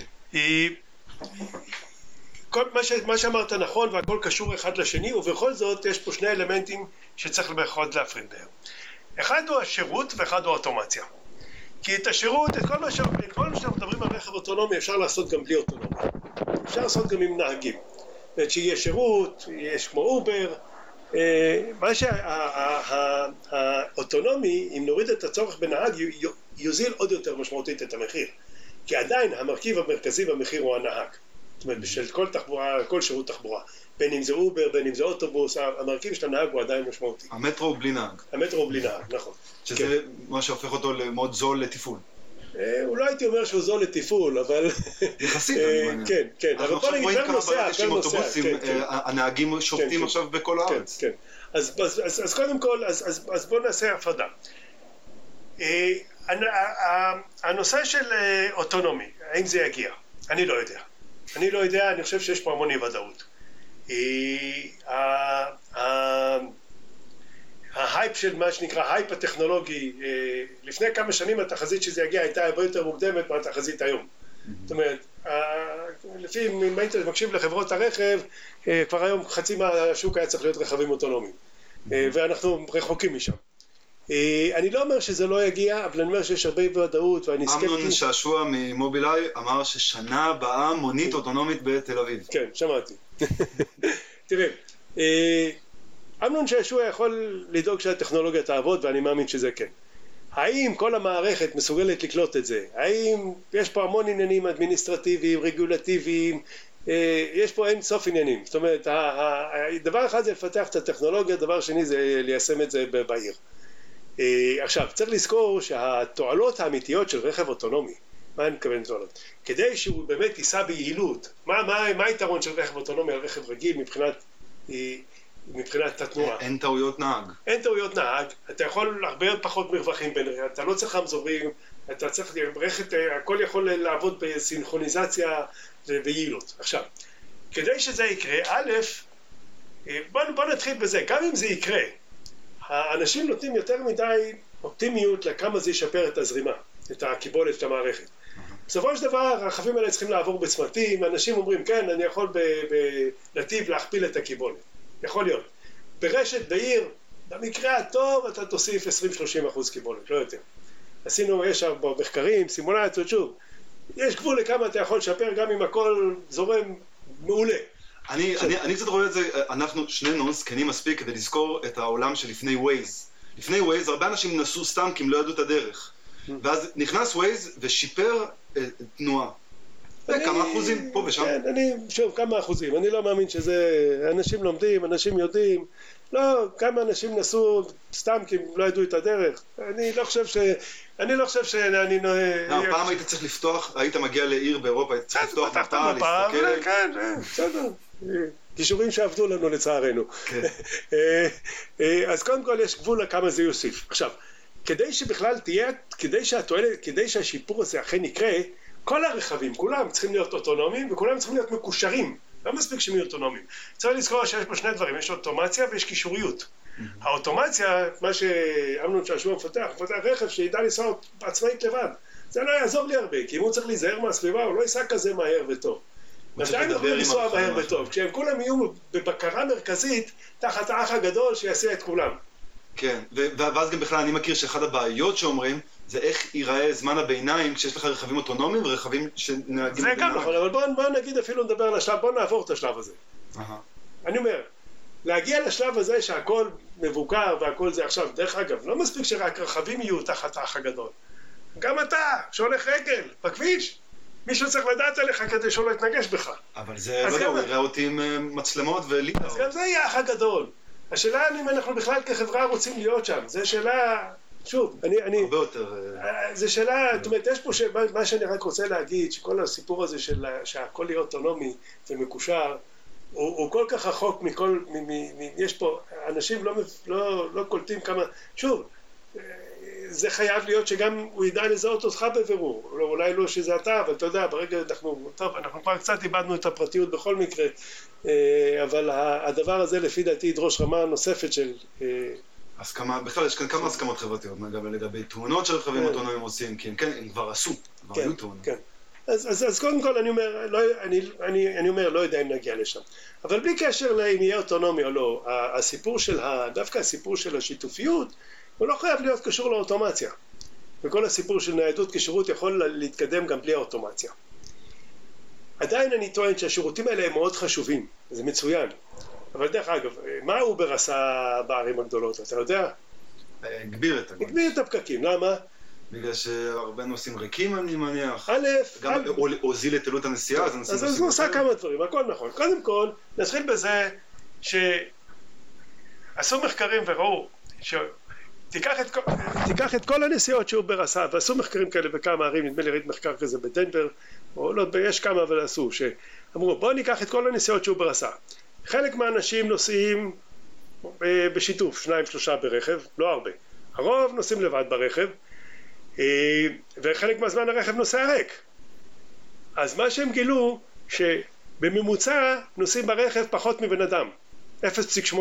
מה שאמרת נכון והכל קשור אחד לשני, ובכל זאת יש פה 2 אלמנטים שצריך במיוחד להפריד בהם. אחד הוא השירות ואחד הוא האוטומציה. כי את השירות, את כל מה שאנחנו מדברים על רכב אוטונומי אפשר לעשות גם בלי אוטונומיה. אפשר לעשות גם עם נהגים. זאת אומרת שיהיה שירות, יש כמו אובר. מה שהאוטונומי, אם נוריד את הצורך בנהג, יוזיל עוד יותר משמעותית את המחיר. כי עדיין המרכיב המרכזי במחיר הוא הנהג. זאת אומרת, בשביל כל תחבורה, כל שירות תחבורה. בין אם זה אובר, בין אם זה אוטובוס, המרכיב של הנהג הוא עדיין משמעותי. המטרו הוא בלי נהג. המטרו הוא בלי נהג, נכון. שזה מה שהופך אותו למאוד זול לתפעול. אולי הייתי אומר שהוא זול לתפעול, אבל... יחסית, אני מעניין. כן, כן. אנחנו עכשיו רואים כמה בעיות יש עם אוטובוסים, הנהגים שובתים עכשיו בכל הארץ. כן, כן. אז קודם כל, אז בואו נעשה הפרדה. הנושא של אוטונומי, האם זה יגיע? אני לא יודע. אני חושב שיש פה המון אי ודאות. ההייפ של מה שנקרא הייפ הטכנולוגי, לפני כמה שנים התחזית שזה יגיע הייתה הרבה יותר מוקדמת מהתחזית היום. זאת אומרת, לפי אם היית מקשיב לחברות הרכב, כבר היום חצי מהשוק היה צריך להיות רכבים אוטונומיים, ואנחנו רחוקים משם. אני לא אומר שזה לא יגיע, אבל אני אומר שיש הרבה ודאות ואני סקפטי. אמנון שעשוע ממובילאיי אמר ששנה הבאה מונית אוטונומית בתל אביב. כן, שמעתי. תראה, אמנון שעשוע יכול לדאוג שהטכנולוגיה תעבוד ואני מאמין שזה כן. האם כל המערכת מסוגלת לקלוט את זה? האם יש פה המון עניינים אדמיניסטרטיביים, רגולטיביים, יש פה אין סוף עניינים. זאת אומרת, דבר אחד זה לפתח את הטכנולוגיה, דבר שני זה ליישם את זה בעיר. עכשיו, צריך לזכור שהתועלות האמיתיות של רכב אוטונומי, מה אני מתכוון תועלות? כדי שהוא באמת ייסע ביעילות, מה היתרון של רכב אוטונומי על רכב רגיל מבחינת התנועה? אין טעויות נהג. אין טעויות נהג, אתה יכול הרבה פחות מרווחים בין, אתה לא צריך רמזורים, אתה צריך, הכל יכול לעבוד בסינכרוניזציה ויעילות. עכשיו, כדי שזה יקרה, א', בוא נתחיל בזה, גם אם זה יקרה, האנשים נותנים יותר מדי אופטימיות לכמה זה ישפר את הזרימה, את הקיבולת של המערכת. בסופו של דבר, הרכבים האלה צריכים לעבור בצמתים, אנשים אומרים, כן, אני יכול בנתיב להכפיל את הקיבולת. יכול להיות. ברשת, בעיר, במקרה הטוב, אתה תוסיף 20-30% קיבולת, לא יותר. עשינו, יש במחקרים, סימולציות, שוב, יש גבול לכמה אתה יכול לשפר, גם אם הכל זורם מעולה. אני קצת רואה את זה, אנחנו שנינו זקנים מספיק כדי לזכור את העולם שלפני ווייז. לפני ווייז, הרבה אנשים נסעו סתם כי הם לא ידעו את הדרך. ואז נכנס ווייז ושיפר תנועה. כמה אחוזים, פה ושם. כן, שוב, כמה אחוזים. אני לא מאמין שזה, אנשים לומדים, אנשים יודעים. לא, כמה אנשים נסעו סתם כי הם לא ידעו את הדרך. אני לא חושב שאני... פעם היית צריך לפתוח, היית מגיע לעיר באירופה, היית צריך לפתוח מפה, להסתכל... כן, בסדר. גישורים שעבדו לנו לצערנו. אז קודם כל יש גבול לכמה זה יוסיף. עכשיו, כדי שבכלל תהיה, כדי שהשיפור הזה אכן יקרה, כל הרכבים, כולם צריכים להיות אוטונומיים וכולם צריכים להיות מקושרים. לא מספיק שהם יהיו אוטונומיים. צריך לזכור שיש פה שני דברים, יש אוטומציה ויש קישוריות. האוטומציה, מה שאמנון שעשוע מפתח רכב שידע לנסוע עצמאית לבד. זה לא יעזור לי הרבה, כי אם הוא צריך להיזהר מהסביבה, הוא לא ייסע כזה מהר וטוב. מתי הם יכולים לנסוע מהר וטוב? כשהם כולם יהיו בבקרה מרכזית, תחת האח הגדול שיעשה את כולם. כן, ואז גם בכלל אני מכיר שאחד הבעיות שאומרים, זה איך ייראה זמן הביניים כשיש לך רכבים אוטונומיים ורכבים שנהגים... זה גם נכון, אבל בוא נגיד אפילו נדבר על השלב, בוא נעבור את השלב הזה. אני אומר, להגיע לשלב הזה שהכל מבוקר והכל זה עכשיו, דרך אגב, לא מספיק שרק רכבים יהיו תחת האח הגדול. גם אתה, שהולך רגל, בכביש, מישהו צריך לדעת עליך כדי שהוא לא יתנגש בך. אבל זה, לא יודע, הוא יראה אותי עם מצלמות וליטר. אז גם זה יהיה האח הגדול. השאלה אם אנחנו בכלל כחברה רוצים להיות שם, זו שאלה, שוב, הרבה יותר... זו שאלה, זאת אומרת, יש פה מה שאני רק רוצה להגיד, שכל הסיפור הזה שהכל יהיה אוטונומי ומקושר, הוא כל כך רחוק מכל, יש פה, אנשים לא קולטים כמה, שוב, זה חייב להיות שגם הוא ידע לזהות אותך בבירור, אולי לא שזה אתה, אבל אתה יודע, ברגע אנחנו כבר קצת איבדנו את הפרטיות בכל מקרה, אבל הדבר הזה לפי דעתי ידרוש רמה נוספת של... הסכמה, בכלל יש כאן כמה הסכמות חברתיות, לגבי תאונות של רכבים אוטונומיים עושים, כי הם כבר עשו, כבר היו תאונות. אז קודם כל אני אומר, לא יודע אם נגיע לשם. אבל בלי קשר לאם יהיה אוטונומי או לא, דווקא הסיפור של השיתופיות, הוא לא חייב להיות קשור לאוטומציה. וכל הסיפור של ניידות כשירות יכול להתקדם גם בלי האוטומציה. עדיין אני טוען שהשירותים האלה הם מאוד חשובים, זה מצוין. אבל דרך אגב, מה אובר עשה בערים הגדולות, אתה יודע? הגביר את הפקקים, למה? בגלל שהרבה נוסעים ריקים אני מניח. גם הוזיל את עלות הנסיעה, אז הוא עושה כמה דברים, הכל נכון. קודם כל, נתחיל בזה שעשו מחקרים וראו תיקח את כל הנסיעות שאובר עשה, ועשו מחקרים כאלה בכמה ערים, נדמה לי ראית מחקר כזה בדנבר, או לא, יש כמה אבל עשו, שאמרו בואו ניקח את כל הנסיעות שאובר עשה. חלק מהאנשים נוסעים בשיתוף, 2-3 ברכב, לא הרבה. הרוב נוסעים לבד ברכב, וחלק מהזמן הרכב נוסע ריק. אז מה שהם גילו, שבממוצע נוסעים ברכב פחות מבן אדם, 0.8.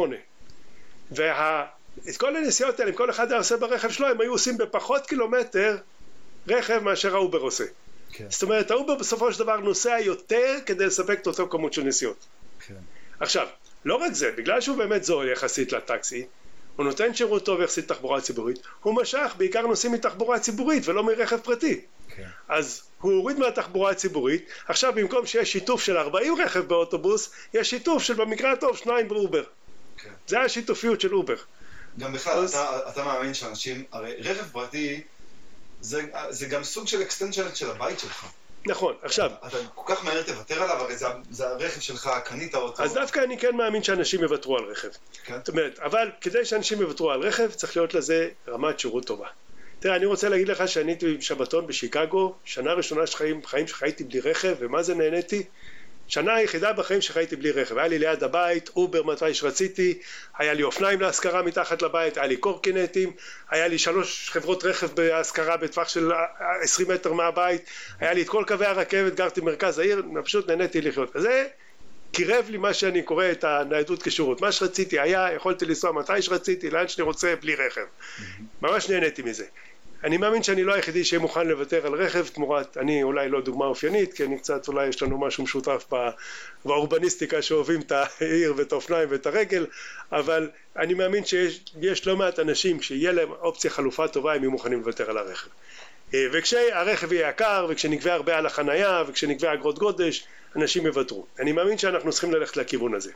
את כל הנסיעות האלה, אם כל אחד היה עושה ברכב שלו, הם היו עושים בפחות קילומטר רכב מאשר האובר עושה. כן. זאת אומרת, האובר בסופו של דבר נוסע יותר כדי לספק את אותו כמות של נסיעות. כן. עכשיו, לא רק זה, בגלל שהוא באמת זול יחסית לטקסי, הוא נותן שירות טוב יחסית תחבורה ציבורית, הוא משך בעיקר נוסעים מתחבורה ציבורית ולא מרכב פרטי. כן. אז הוא הוריד מהתחבורה הציבורית, עכשיו במקום שיש שיתוף של 40 רכב באוטובוס, יש שיתוף של במקרה הטוב 2 באובר. כן. זה השיתופיות של אובר. גם בכלל, אתה מאמין שאנשים, הרי רכב פרטי זה גם סוג של אקסטנשן של הבית שלך. נכון, עכשיו... אתה כל כך מהר תוותר עליו, הרי זה הרכב שלך, קנית אותו. אז דווקא אני כן מאמין שאנשים יוותרו על רכב. כן? זאת אומרת, אבל כדי שאנשים יוותרו על רכב, צריך להיות לזה רמת שירות טובה. תראה, אני רוצה להגיד לך שאני הייתי בשבתון בשיקגו, שנה ראשונה חיים שחייתי בלי רכב, ומה זה נהניתי? שנה היחידה בחיים שחייתי בלי רכב. היה לי ליד הבית, אובר מתי שרציתי, היה לי אופניים להשכרה מתחת לבית, היה לי קורקינטים, היה לי 3 חברות רכב בהשכרה בטווח של 20 מטר מהבית, היה לי את כל קווי הרכבת, גרתי במרכז העיר, פשוט נהניתי לחיות. זה קירב לי מה שאני קורא את הניידות כשירות. מה שרציתי היה, יכולתי לנסוע מתי שרציתי, לאן שאני רוצה, בלי רכב. ממש נהניתי מזה. אני מאמין שאני לא היחידי שיהיה מוכן לוותר על רכב תמורת, אני אולי לא דוגמה אופיינית, כי אני קצת, אולי יש לנו משהו משותף באורבניסטיקה שאוהבים את העיר ואת האופניים ואת הרגל, אבל אני מאמין שיש לא מעט אנשים שיהיה להם אופציה חלופה טובה, הם יהיו מוכנים לוותר על הרכב. וכשהרכב יהיה יקר, וכשנגבה הרבה על החנייה, וכשנגבה אגרות גודש, אנשים יוותרו. אני מאמין שאנחנו צריכים ללכת לכיוון הזה.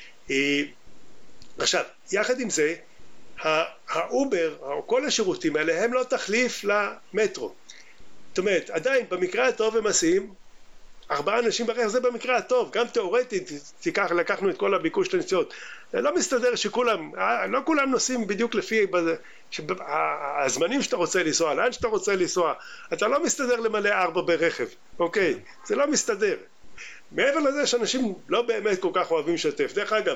עכשיו, יחד עם זה, האובר, או כל השירותים האלה, הם לא תחליף למטרו. זאת אומרת, עדיין, במקרה הטוב הם עושים, 4 אנשים ברכב, זה במקרה הטוב, גם תיאורטית, לקחנו את כל הביקוש לנסיעות. לא מסתדר שכולם, לא כולם נוסעים בדיוק לפי הזמנים שאתה רוצה לנסוע, לאן שאתה רוצה לנסוע, אתה לא מסתדר למלא 4 ברכב, אוקיי? זה לא מסתדר. מעבר לזה שאנשים לא באמת כל כך אוהבים לשתף. דרך אגב,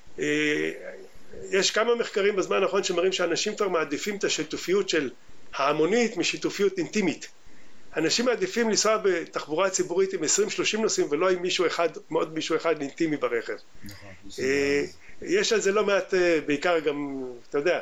יש כמה מחקרים בזמן האחרון שמראים שאנשים כבר מעדיפים את השיתופיות של ההמונית משיתופיות אינטימית. אנשים מעדיפים לנסוע בתחבורה ציבורית עם 20-30 נוסעים ולא עם מישהו אחד, מאוד מישהו אחד אינטימי ברכב. יש על זה לא מעט, בעיקר גם, אתה יודע.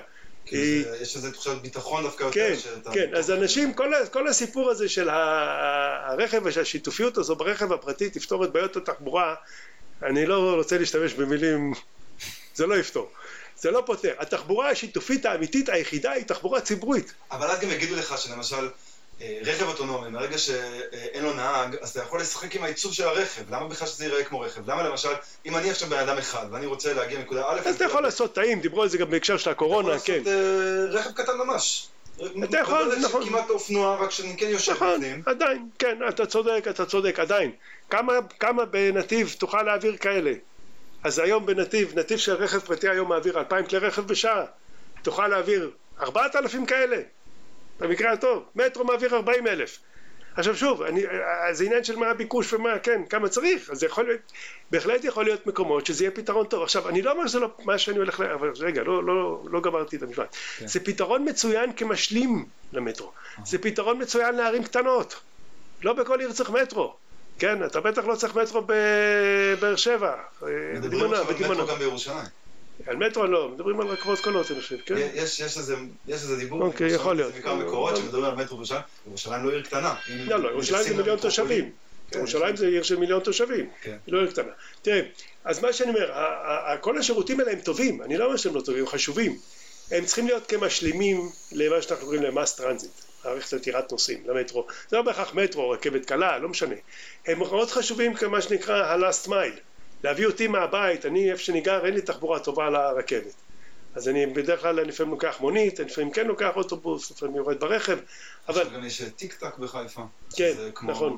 יש איזה תחושת ביטחון דווקא יותר. כן, אז אנשים, כל הסיפור הזה של הרכב והשיתופיות הזו ברכב הפרטי תפתור את בעיות התחבורה, אני לא רוצה להשתמש במילים, זה לא יפתור. זה לא פותר. התחבורה השיתופית האמיתית היחידה היא תחבורה ציבורית. אבל אז גם יגידו לך שלמשל, רכב אוטונומי, מהרגע שאין לו נהג, אז אתה יכול לשחק עם העיצוב של הרכב. למה בכלל שזה ייראה כמו רכב? למה למשל, אם אני עכשיו בן אדם אחד ואני רוצה להגיע מנקודה א', אז אתה יכול לעשות טעים, דיברו על זה גם בהקשר של הקורונה, כן. אתה יכול לעשות רכב קטן ממש. אתה יכול, נכון. כמעט אופנוע, רק שאני כן יושב בפנים. נכון, עדיין, כן, אתה צודק, עדיין. כמה בנתיב תוכל להעביר כאלה? אז היום בנתיב של רכב פרטי היום מעביר 2,000 כלי רכב בשעה. תוכל להעביר 4,000 כאלה. במקרה הטוב, מטרו מעביר 40,000. עכשיו שוב, זה עניין של מה הביקוש ומה, כן, כמה צריך. אז זה יכול להיות, בהחלט יכול להיות מקומות שזה יהיה פתרון טוב. עכשיו, אני לא אומר שזה לא מה שאני הולך אבל רגע, לא גמרתי את המשפט. כן. זה פתרון מצוין כמשלים למטרו. זה פתרון מצוין לערים קטנות. לא בכל עיר צריך מטרו. כן, אתה בטח לא צריך מטרו בבאר שבע. מדברים עכשיו על מטרו גם בירושלים. על מטרו לא, מדברים על רכבות קלות, אני חושב, כן? יש איזה דיבור. אוקיי, יכול להיות. זה מכמה מקורות שמדברים על מטרו בירושלים. ירושלים לא עיר קטנה. לא, ירושלים זה 1,000,000 תושבים. ירושלים זה עיר של 1,000,000 תושבים. לא עיר קטנה. תראה, אז מה שאני אומר, כל השירותים האלה הם טובים. אני לא אומר שהם לא טובים, הם חשובים. הם צריכים להיות כמשלימים למה שאנחנו קוראים למאס טרנזיט. מערכת עתירת נוסעים, למטרו. זה לא בהכרח מטרו, רכבת קלה, לא משנה. הם מאוד חשובים כמה שנקרא ה-last mile. להביא אותי מהבית, אני איפה שאני גר, אין לי תחבורה טובה לרכבת. אז אני בדרך כלל לפעמים לוקח מונית, לפעמים כן לוקח אוטובוס, לפעמים יורד ברכב, אבל... גם יש טיק טק בחיפה. כן, נכון.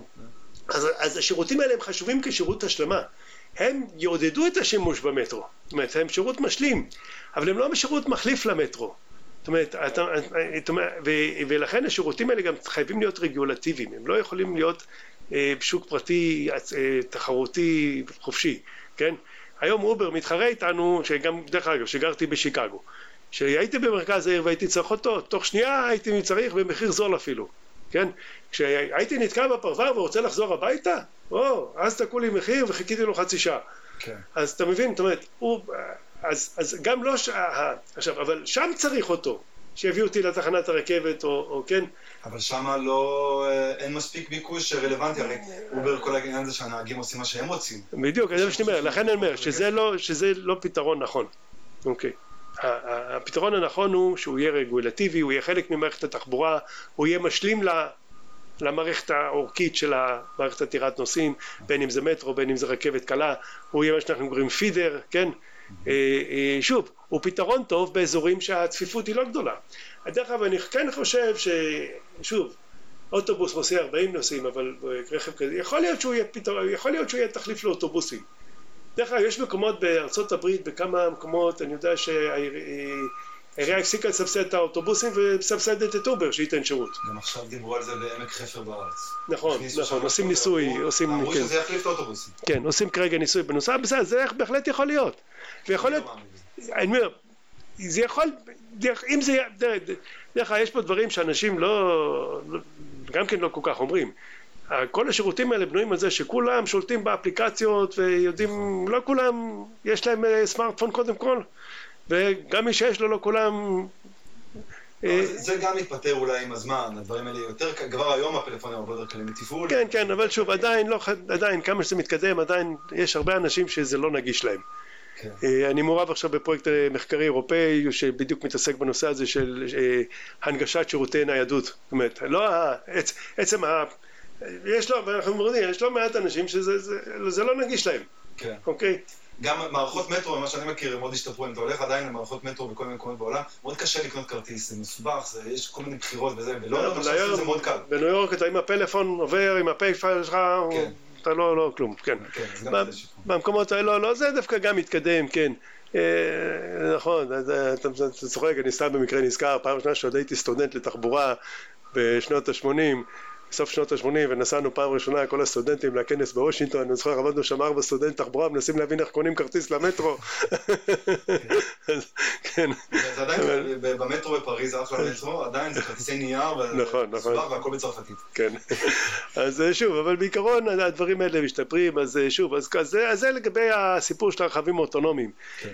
אז השירותים האלה הם חשובים כשירות השלמה. הם יעודדו את השימוש במטרו. זאת אומרת, הם שירות משלים, אבל הם לא שירות מחליף למטרו. זאת אומרת, ולכן השירותים האלה גם חייבים להיות רגולטיביים. הם לא יכולים להיות בשוק פרטי תחרותי חופשי, כן? היום אובר מתחרה איתנו, שגם דרך אגב, שגרתי בשיקגו, שהייתי במרכז העיר והייתי צריך אותו, תוך שנייה הייתי צריך במחיר זול אפילו, כן? כשהייתי נתקע בפרבר ורוצה לחזור הביתה, אז תקעו לי מחיר וחיכיתי לו חצי שעה. כן. אז אתה מבין, זאת אומרת, אז גם לא, עכשיו, אבל שם צריך אותו, שיביאו אותי לתחנת הרכבת, או כן. אבל שמה לא, אין מספיק ביקוש רלוונטי, הרי אובר כל העניין זה שהנהגים עושים מה שהם רוצים. בדיוק, זה מה שאני אומר, לכן אני אומר, שזה לא פתרון נכון. אוקיי. הפתרון הנכון הוא שהוא יהיה רגולטיבי, הוא יהיה חלק ממערכת התחבורה, הוא יהיה משלים למערכת האורכית של המערכת עתירת נוסעים, בין אם זה מטרו, בין אם זה רכבת קלה, הוא יהיה מה שאנחנו קוראים פידר, כן? שוב, הוא פתרון טוב באזורים שהצפיפות היא לא גדולה. דרך אגב, אני כן חושב שוב, אוטובוס מוסע 40 נוסעים, אבל רכב כזה, יכול להיות שהוא יהיה תחליף לאוטובוסים. דרך אגב, יש מקומות בארצות הברית, בכמה מקומות, אני יודע שהעירייה הפסיקה לסבסד את האוטובוסים ומסבסדת את אובר שייתן שירות. גם עכשיו דיברו על זה בעמק חפר בארץ. נכון, עושים ניסוי. אמרו שזה יחליף את האוטובוסים. כן, עושים כרגע ניסוי בנוסף, בסדר, זה בהחלט יכול להיות. ויכול להיות, אני אומר, זה יכול, אם זה, דרך אגב, יש פה דברים שאנשים גם כן לא כל כך אומרים. כל השירותים האלה בנויים על זה שכולם שולטים באפליקציות ויודעים, לא כולם יש להם סמארטפון קודם כל, וגם מי שיש לו לא כולם... זה גם מתפטר אולי עם הזמן, הדברים האלה יותר, כבר היום הפלאפונים הרבה יותר קלים מתפעול. כן, כן, אבל שוב, עדיין כמה שזה מתקדם, עדיין יש הרבה אנשים שזה לא נגיש להם. אני מעורב עכשיו בפרויקט מחקרי אירופאי שבדיוק מתעסק בנושא הזה של הנגשת שירותי ניידות. זאת אומרת, לא עצם יש לו, ואנחנו מורדים, יש לו מעט אנשים שזה לא נגיש להם. כן. אוקיי? גם מערכות מטרו, מה שאני מכיר, הם מאוד השתפרו, אם אתה הולך עדיין למערכות מטרו בכל מיני מקומות בעולם, מאוד קשה לקנות כרטיס, זה מסובך, יש כל מיני בחירות וזה, ולא, זה מאוד קל. בניו יורק אתה עם הפלאפון עובר, עם הפייפייל שלך, אתה לא כלום, כן. במקומות האלה, לא, זה דווקא גם מתקדם, כן. נכון, אתה צוחק, אני סתם במקרה נזכר, פעם ראשונה שעוד הייתי סטודנט לתחבורה בשנות ה-80, בסוף שנות ה-80, ונסענו פעם ראשונה כל הסטודנטים לכנס בוושינגטון, אני זוכר, עבדנו שם 4 סטודנט תחבורה, מנסים להבין איך קונים כרטיס למטרו. כן. זה עדיין, במטרו בפריז, אחלה מטרו, עדיין זה כרטיסי נייר, וסבך והכל בצרפתית. כן. אז שוב, אבל בעיקרון הדברים האלה משתפרים, אז שוב, אז זה לגבי הסיפור של הרכבים האוטונומיים.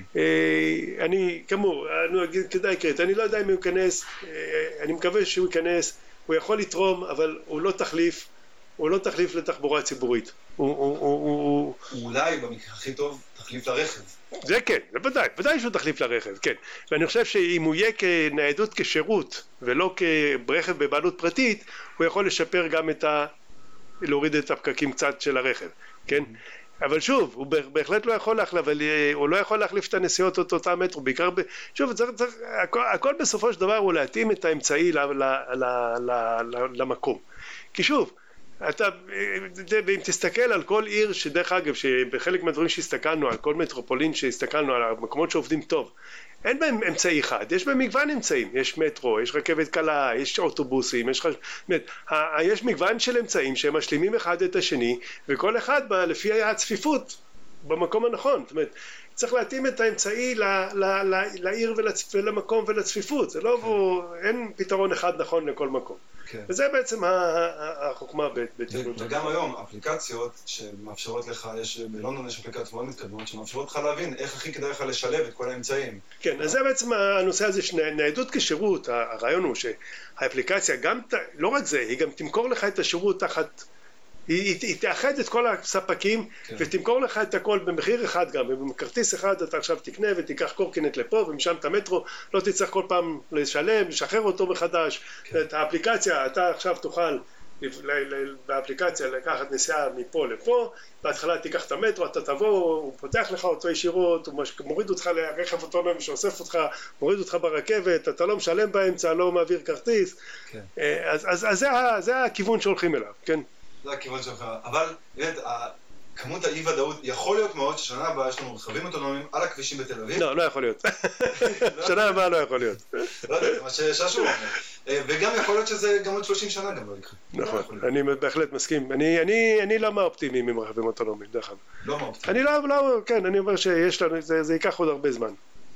אני, כאמור, כדאי קראת, אני לא יודע אם הוא ייכנס, אני מקווה שהוא ייכנס, הוא יכול לתרום, אבל הוא לא תחליף לתחבורה ציבורית. אולי במקרה הכי טוב תחליף לרכב. זה כן, זה ודאי שהוא תחליף לרכב, כן. ואני חושב שאם הוא יהיה כניידות כשירות, ולא כרכב בבעלות פרטית, הוא יכול לשפר גם להוריד את הפקקים קצת של הרכב, כן? אבל שוב, הוא בהחלט לא יכול הוא לא יכול להחליף את הנסיעות אותה מטרו, בעיקר, שוב, הכל בסופו של דבר הוא להתאים את האמצעי למקום. כי שוב, אם תסתכל על כל עיר שדרך אגב, שבחלק מהדברים שהסתכלנו, על כל מטרופולין שהסתכלנו, על המקומות שעובדים טוב, אין בהם אמצעי אחד, יש בהם מגוון אמצעים, יש מטרו, יש רכבת קלה, יש אוטובוסים, יש מגוון של אמצעים שהם משלימים אחד את השני, וכל אחד לפי הצפיפות במקום הנכון. זאת אומרת, צריך להתאים את האמצעי לעיר ולמקום ולצפיפות, זה לא, אין פתרון אחד נכון לכל מקום. וזה בעצם החוכמה בתכנון. וגם היום אפליקציות שמאפשרות לך, בלונדון יש אפליקציות מאוד מתקדמות שמאפשרות לך להבין איך הכי כדאי לך לשלב את כל האמצעים. כן, אז זה בעצם הנושא הזה שניידות כשירות, הרעיון הוא שהאפליקציה גם, לא רק זה, היא גם תמכור לך את השירות תחת, היא תאחד את כל הספקים ותמכור לך את הכל במחיר אחד גם, ובכרטיס אחד אתה עכשיו תקנה ותיקח קורקינט לפה ומשם את המטרו, לא תצטרך כל פעם לשלם, לשחרר אותו מחדש. את האפליקציה אתה עכשיו תוכל באפליקציה לקחת נסיעה מפה לפה, בהתחלה תיקח את המטרו, אתה תבוא, הוא פותח לך אותו ישירות, הוא מוריד אותך לרכב אוטונומי שאוסף אותך, מוריד אותך ברכבת, אתה לא משלם באמצע, לא מעביר כרטיס. אז זה הכיוון שהולכים אליו, כן? זה הכיוון שלך, אבל באמת, כמות האי ודאות, יכול להיות מאוד ששנה הבאה יש לנו רכבים אוטונומיים על הכבישים בתל אביב. לא יכול להיות. שנה הבאה לא יכול להיות. לא יודע, זה מה שששו אומר. וגם יכול להיות שזה גם עוד 30 שנה גם לא יקרה. נכון, אני בהחלט מסכים. אני לא מהאופטימיים עם רכבים אוטונומיים, דרך אגב. לא מהאופטימיים. אני לא, כן, אני אומר שיש לנו, זה ייקח עוד הרבה זמן.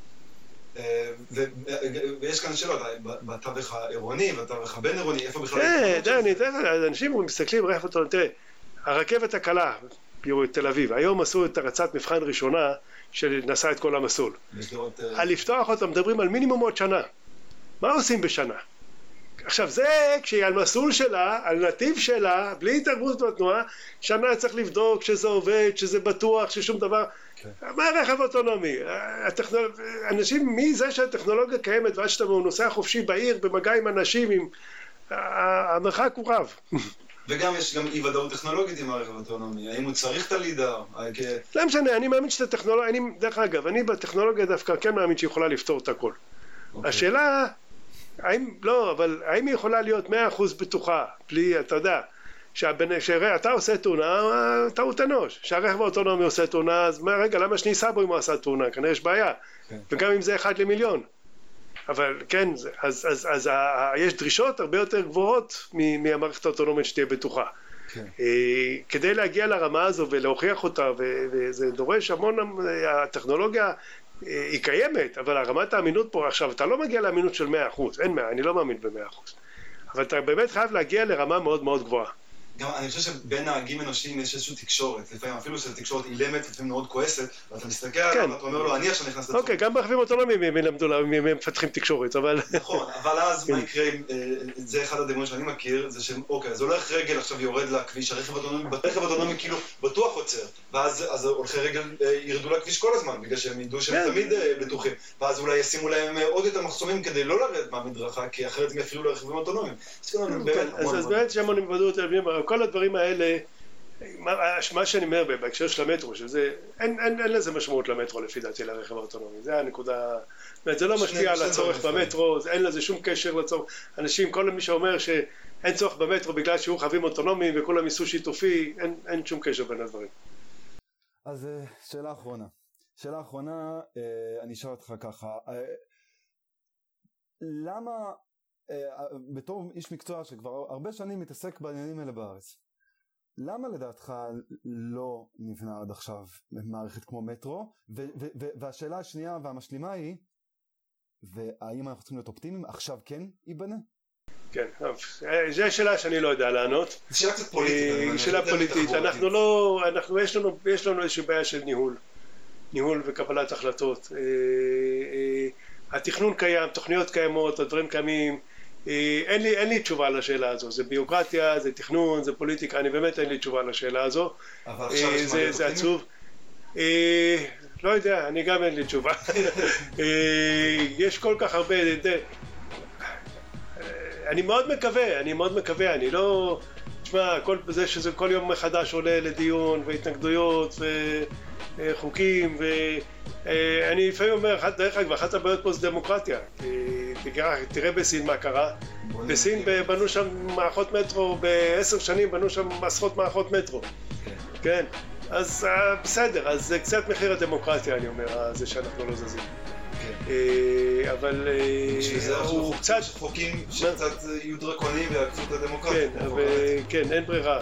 ויש כאן שאלות, בתווך העירוני, בתווך הבין עירוני, איפה בכלל... אנשים מסתכלים רכב אוטונומי, תראה, הרכבת הקלה בתל אביב, היום עשו את הרצת מבחן ראשונה שנסע את כל המסלול. על לפתוח אותם מדברים על מינימום עוד שנה. מה עושים בשנה? עכשיו זה כשהיא על מסלול שלה, על נתיב שלה, בלי התערבות בתנועה, שנה צריך לבדוק שזה עובד, שזה בטוח, ששום דבר... מה רכב אוטונומי? אנשים, מי זה שהטכנולוגיה קיימת ועד שאתה נוסע חופשי בעיר במגע עם אנשים, המרחק הוא רב. וגם יש גם אי ודאות טכנולוגית עם הרכב אוטונומי, האם הוא צריך את הלידר? לא משנה, אני מאמין שאתה טכנולוגיה, דרך אגב, אני בטכנולוגיה דווקא כן מאמין שהיא יכולה לפתור את הכל. השאלה, האם היא יכולה להיות 100% בטוחה, בלי, אתה יודע, שאתה עושה תאונה, טעות אנוש. שהרכב האוטונומי עושה תאונה, אז רגע, למה שניסה בו אם הוא עשה תאונה? כנראה יש בעיה. וגם אם זה 1 למיליון. אבל כן, אז יש דרישות הרבה יותר גבוהות מהמערכת האוטונומית שתהיה בטוחה. כדי להגיע לרמה הזו ולהוכיח אותה, וזה דורש המון, הטכנולוגיה היא קיימת, אבל הרמת האמינות פה, עכשיו, אתה לא מגיע לאמינות של 100%, אין 100, אני לא מאמין ב100%. אבל אתה באמת חייב להגיע לרמה מאוד מאוד גבוהה. גם אני חושב שבין נהגים אנושיים יש איזושהי תקשורת, לפעמים אפילו שזו תקשורת אילמת, לפעמים מאוד כועסת, ואתה מסתכל עליו ואתה אומר לו, אני עכשיו נכנס לצורך. אוקיי, גם ברכבים אוטונומיים הם מפתחים תקשורת, אבל... נכון, אבל אז מה יקרה, זה אחד הדמויות שאני מכיר, זה שאוקיי, אז הולך רגל עכשיו יורד לכביש, הרכב האוטונומי כאילו בטוח עוצר, ואז הולכי רגל ירדו לכביש כל הזמן, בגלל שהם ידעו שהם תמיד בטוחים, ואז אולי ישימו להם עוד יותר מחסומים כדי לא לרדת מהמדרכה, כי אחרת הם יפריעו לרכבים אוטונומיים. אז באמת שהמון נוודאות, כל הדברים האלה, מה שאני אומר בהקשר של המטרו, שזה, אין לזה משמעות למטרו לפי דעתי לרכב האוטונומי, זה הנקודה, זה לא משפיע על הצורך במטרו, אין לזה שום קשר לצורך, אנשים, כל מי שאומר שאין צורך במטרו בגלל שיהיו רכבים אוטונומיים וכולם ייסעו שיתופי, אין שום קשר בין הדברים. אז שאלה אחרונה, אני אשאל אותך ככה, למה בתור איש מקצוע שכבר הרבה שנים מתעסק בעניינים האלה בארץ, למה לדעתך לא נבנה עד עכשיו מערכת כמו מטרו? והשאלה השנייה והמשלימה היא, והאם אנחנו צריכים להיות אופטימיים, עכשיו כן ייבנה? כן, זו שאלה שאני לא יודע לענות. זו שאלה קצת פוליטית. שאלה פוליטית, יש לנו איזושהי בעיה של ניהול וקבלת החלטות. התכנון קיים, תוכניות קיימות, הדברים קיימים, אין לי תשובה לשאלה הזו, זה ביוקרטיה, זה תכנון, זה פוליטיקה, אני באמת אין לי תשובה לשאלה הזו, זה עצוב, לא יודע, אני גם אין לי תשובה, יש כל כך הרבה, אני מאוד מקווה, אני לא, תשמע, זה שזה כל יום מחדש עולה לדיון והתנגדויות וחוקים ואני לפעמים אומר, דרך אגב, אחת הבעיות פה זה דמוקרטיה, תראה בסין מה קרה, בסין בנו שם מערכות מטרו, ב10 שנים בנו שם עשרות מערכות מטרו, כן, אז בסדר, אז זה קצת מחיר הדמוקרטיה אני אומר, זה שאנחנו לא זזים, אבל הוא קצת חוקים שקצת יהיו דרקונים ויעקפו את הדמוקרטיה, כן, אין ברירה,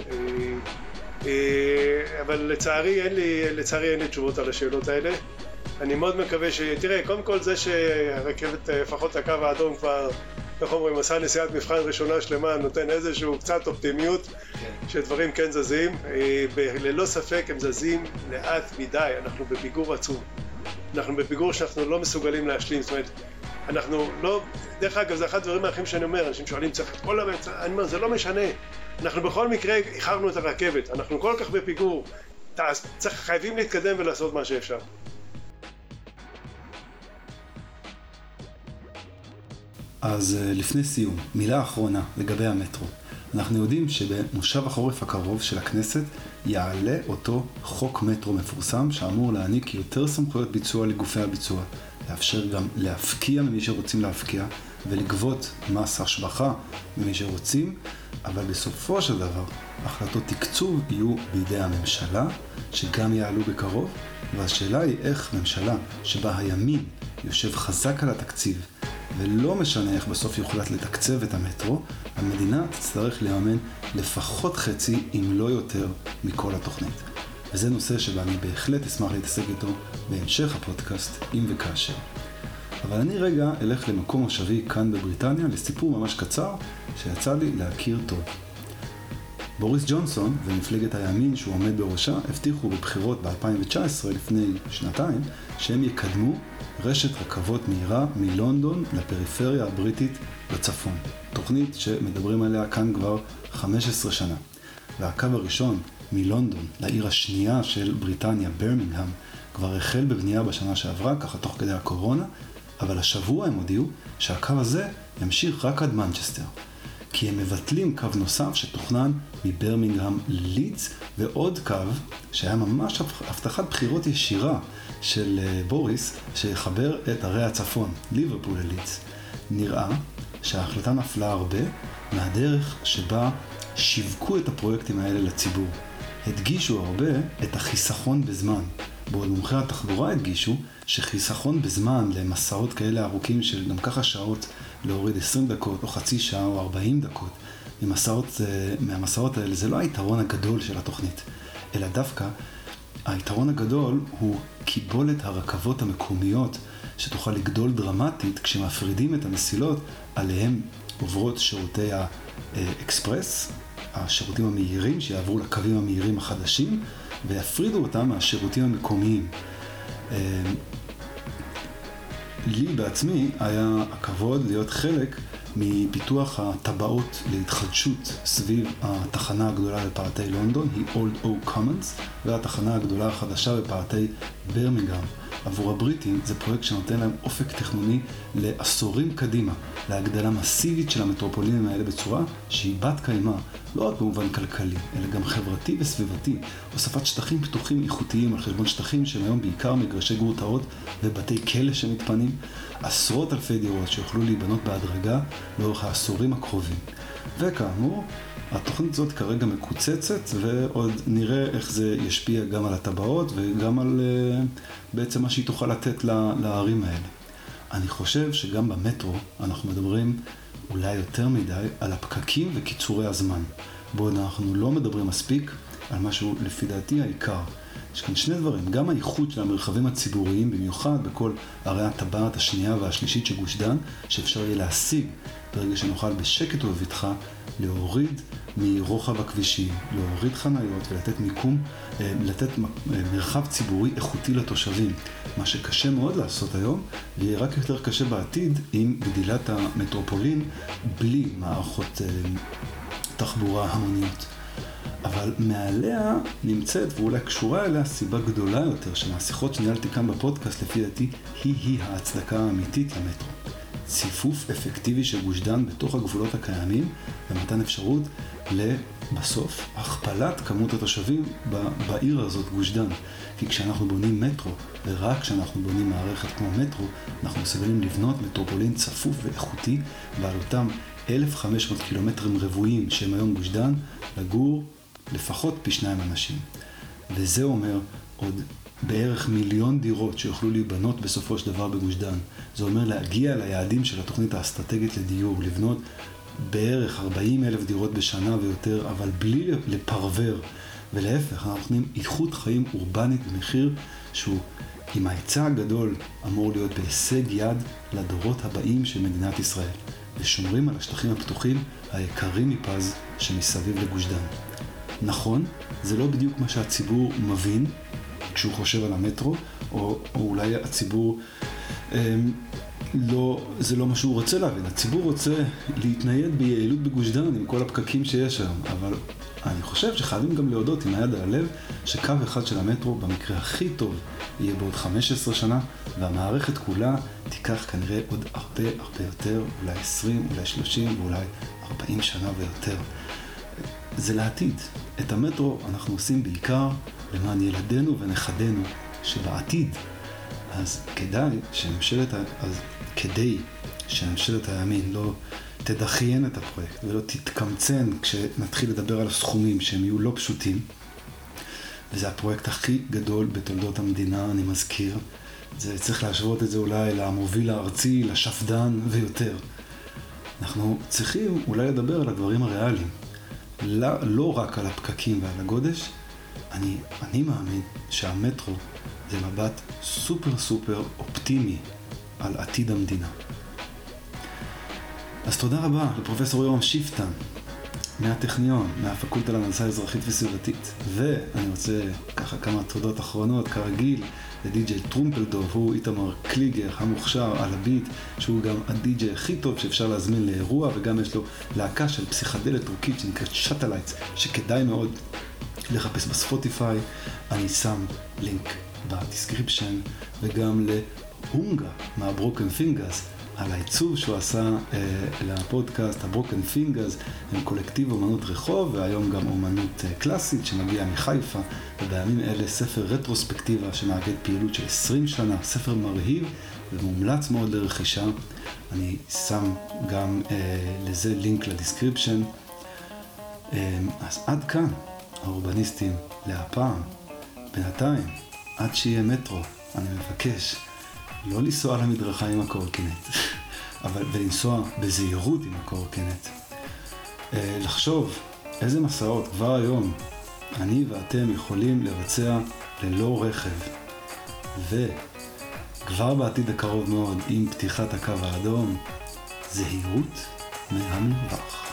אבל לצערי אין לי תשובות על השאלות האלה. אני מאוד מקווה תראה, קודם כל זה שהרכבת, לפחות הקו האדום כבר, איך אומרים, עשה נסיעת מבחן ראשונה שלמה, נותן איזשהו קצת אופטימיות, שדברים כן זזים, ללא ספק הם זזים לאט מדי, אנחנו בפיגור עצום. אנחנו בפיגור שאנחנו לא מסוגלים להשלים, זאת אומרת, אנחנו לא, דרך אגב, זה אחד הדברים האחרים שאני אומר, אנשים שואלים צריך את כל אני אומר, זה לא משנה, אנחנו בכל מקרה איחרנו את הרכבת, אנחנו כל כך בפיגור, חייבים להתקדם ולעשות מה שאפשר. אז לפני סיום, מילה אחרונה לגבי המטרו. אנחנו יודעים שבמושב החורף הקרוב של הכנסת יעלה אותו חוק מטרו מפורסם שאמור להעניק יותר סמכויות ביצוע לגופי הביצוע, לאפשר גם להפקיע ממי שרוצים להפקיע ולגבות מס השבחה ממי שרוצים, אבל בסופו של דבר החלטות תקצוב יהיו בידי הממשלה שגם יעלו בקרוב, והשאלה היא איך ממשלה שבה הימין יושב חזק על התקציב ולא משנה איך בסוף יוחלט לתקצב את המטרו, המדינה תצטרך לממן לפחות חצי אם לא יותר מכל התוכנית. וזה נושא שאני בהחלט אשמח להתעסק איתו בהמשך הפודקאסט אם וכאשר. אבל אני רגע אלך למקום מושבי כאן בבריטניה לסיפור ממש קצר שיצא לי להכיר טוב. בוריס ג'ונסון ומפלגת הימין שהוא עומד בראשה הבטיחו בבחירות ב-2019 לפני שנתיים שהם יקדמו רשת רכבות מהירה מלונדון לפריפריה הבריטית בצפון. תוכנית שמדברים עליה כאן כבר 15 שנה. והקו הראשון מלונדון לעיר השנייה של בריטניה, ברמינגהאם, כבר החל בבנייה בשנה שעברה, ככה תוך כדי הקורונה, אבל השבוע הם הודיעו שהקו הזה ימשיך רק עד מנצ'סטר. כי הם מבטלים קו נוסף שתוכנן מברמינגהאם ללידס, ועוד קו שהיה ממש הבטחת בחירות ישירה של בוריס, שיחבר את ערי הצפון, ליברפול ללידס. נראה שההחלטה נפלה הרבה מהדרך שבה שיווקו את הפרויקטים האלה לציבור. הדגישו הרבה את החיסכון בזמן, בעוד מומחי התחבורה הדגישו שחיסכון בזמן למסעות כאלה ארוכים של גם ככה שעות להוריד 20 דקות או חצי שעה או 40 דקות מהמסעות האלה, זה לא היתרון הגדול של התוכנית, אלא דווקא היתרון הגדול הוא קיבולת הרכבות המקומיות שתוכל לגדול דרמטית כשמפרידים את המסילות עליהם עוברות שירותי האקספרס השירותים המהירים שיעברו לקווים המהירים החדשים ויפרידו אותם מהשירותים המקומיים. לי בעצמי היה הכבוד להיות חלק מפיתוח הטבעות להתחדשות סביב התחנה הגדולה בפאתי לונדון, היא Old Oak Commons, והתחנה הגדולה החדשה בפאתי ברמינגהאם. עבור הבריטים זה פרויקט שנותן להם אופק תכנוני לעשורים קדימה, להגדלה מסיבית של המטרופולינים האלה בצורה שהיא בת קיימה, לא רק במובן כלכלי, אלא גם חברתי וסביבתי, הוספת שטחים פתוחים איכותיים על חשבון שטחים שהם היום בעיקר מגרשי גרוטאות ובתי כלא שמתפנים, עשרות אלפי דירות שיוכלו להיבנות בהדרגה לאורך העשורים הקרובים. וכאמור, התוכנית הזאת כרגע מקוצצת, ועוד נראה איך זה ישפיע גם על הטבעות וגם על בעצם מה שהיא תוכל לתת לערים האלה. אני חושב שגם במטרו אנחנו מדברים אולי יותר מדי על הפקקים וקיצורי הזמן, בו אנחנו לא מדברים מספיק על משהו לפי דעתי העיקר. יש כאן שני דברים, גם האיכות של המרחבים הציבוריים, במיוחד בכל ערי הטבעת השנייה והשלישית של גוש דן, שאפשר יהיה להשיג ברגע שנוכל בשקט ובבטחה להוריד מרוחב הכבישים, להוריד חניות ולתת מיקום, לתת מרחב ציבורי איכותי לתושבים, מה שקשה מאוד לעשות היום, ויהיה רק יותר קשה בעתיד עם גדילת המטרופולין בלי מערכות תחבורה המוניות. אבל מעליה נמצאת, ואולי קשורה אליה, סיבה גדולה יותר שמהשיחות שניהלתי כאן בפודקאסט, לפי דעתי, היא ההצדקה האמיתית למטרו. ציפוף אפקטיבי של גוש דן בתוך הגבולות הקיימים, ומתן אפשרות לבסוף הכפלת כמות התושבים בעיר הזאת, גוש דן. כי כשאנחנו בונים מטרו, ורק כשאנחנו בונים מערכת כמו מטרו, אנחנו מסוגלים לבנות מטרופולין צפוף ואיכותי, ועל אותם 1,500 קילומטרים רבועים שהם היום גוש דן, לגור לפחות פי 2 אנשים. וזה אומר עוד בערך 1,000,000 דירות שיוכלו להיבנות בסופו של דבר בגוש דן. זה אומר להגיע ליעדים של התוכנית האסטרטגית לדיור, לבנות בערך 40,000 דירות בשנה ויותר, אבל בלי לפרבר. ולהפך, אנחנו נותנים איכות חיים אורבנית במחיר שהוא עם ההיצע הגדול אמור להיות בהישג יד לדורות הבאים של מדינת ישראל. ושומרים על השטחים הפתוחים היקרים מפז שמסביב לגוש דן. נכון, זה לא בדיוק מה שהציבור מבין כשהוא חושב על המטרו, או אולי הציבור, זה לא מה שהוא רוצה להבין. הציבור רוצה להתנייד ביעילות בגוש דן עם כל הפקקים שיש היום, אבל אני חושב שחייבים גם להודות עם היד על הלב שקו אחד של המטרו במקרה הכי טוב יהיה בעוד 15 שנה, והמערכת כולה תיקח כנראה עוד הרבה יותר, אולי 20, אולי 30 ואולי 40 שנה ויותר. זה לעתיד. את המטרו אנחנו עושים בעיקר למען ילדינו ונכדינו שבעתיד. אז כדי שממשלת הימין לא תדחיין את הפרויקט ולא תתקמצן כשנתחיל לדבר על הסכומים שהם יהיו לא פשוטים, וזה הפרויקט הכי גדול בתולדות המדינה, אני מזכיר. צריך להשוות את זה אולי למוביל הארצי, לשפדן ויותר. אנחנו צריכים אולי לדבר על הדברים הריאליים. לא רק על הפקקים ועל הגודש. אני מאמין שהמטרו זה מבט סופר אופטימי על עתיד המדינה. אז תודה רבה לפרופסור יורם שיפטן מהטכניון, מהפקולטה להנדסה אזרחית וסביבתית. ואני רוצה ככה כמה תודות אחרונות, כרגיל, לדי-ג'יי טרומפלדוב, הוא איתמר קליגר המוכשר על הביט, שהוא גם הדי-ג'יי הכי טוב שאפשר להזמין לאירוע, וגם יש לו להקה של פסיכדלית טורקית שנקראת שטלייטס, שכדאי מאוד לחפש בספוטיפיי. אני שם לינק בדיסקריפשן, וגם להונגה מהברוקן פינגרס, על העיצוב שהוא עשה לפודקאסט. הברוקן פינגרס הם קולקטיב אומנות רחוב, והיום גם אומנות קלאסית שמגיעה מחיפה, ובימים אלה ספר רטרוספקטיבה שמאגד פעילות של 20 שנה, ספר מרהיב ומומלץ מאוד לרכישה. אני שם גם לזה לינק לדיסקריפשן. אז עד כאן האורבניסטים להפעם. בינתיים, עד שיהיה מטרו, אני מבקש לא לנסוע על המדרכה עם הקורקינט, ולנסוע בזהירות עם הקורקינט. לחשוב איזה מסעות כבר היום אני ואתם יכולים לבצע ללא רכב. וכבר בעתיד הקרוב מאוד, עם פתיחת הקו האדום, זהירות מהמרווח.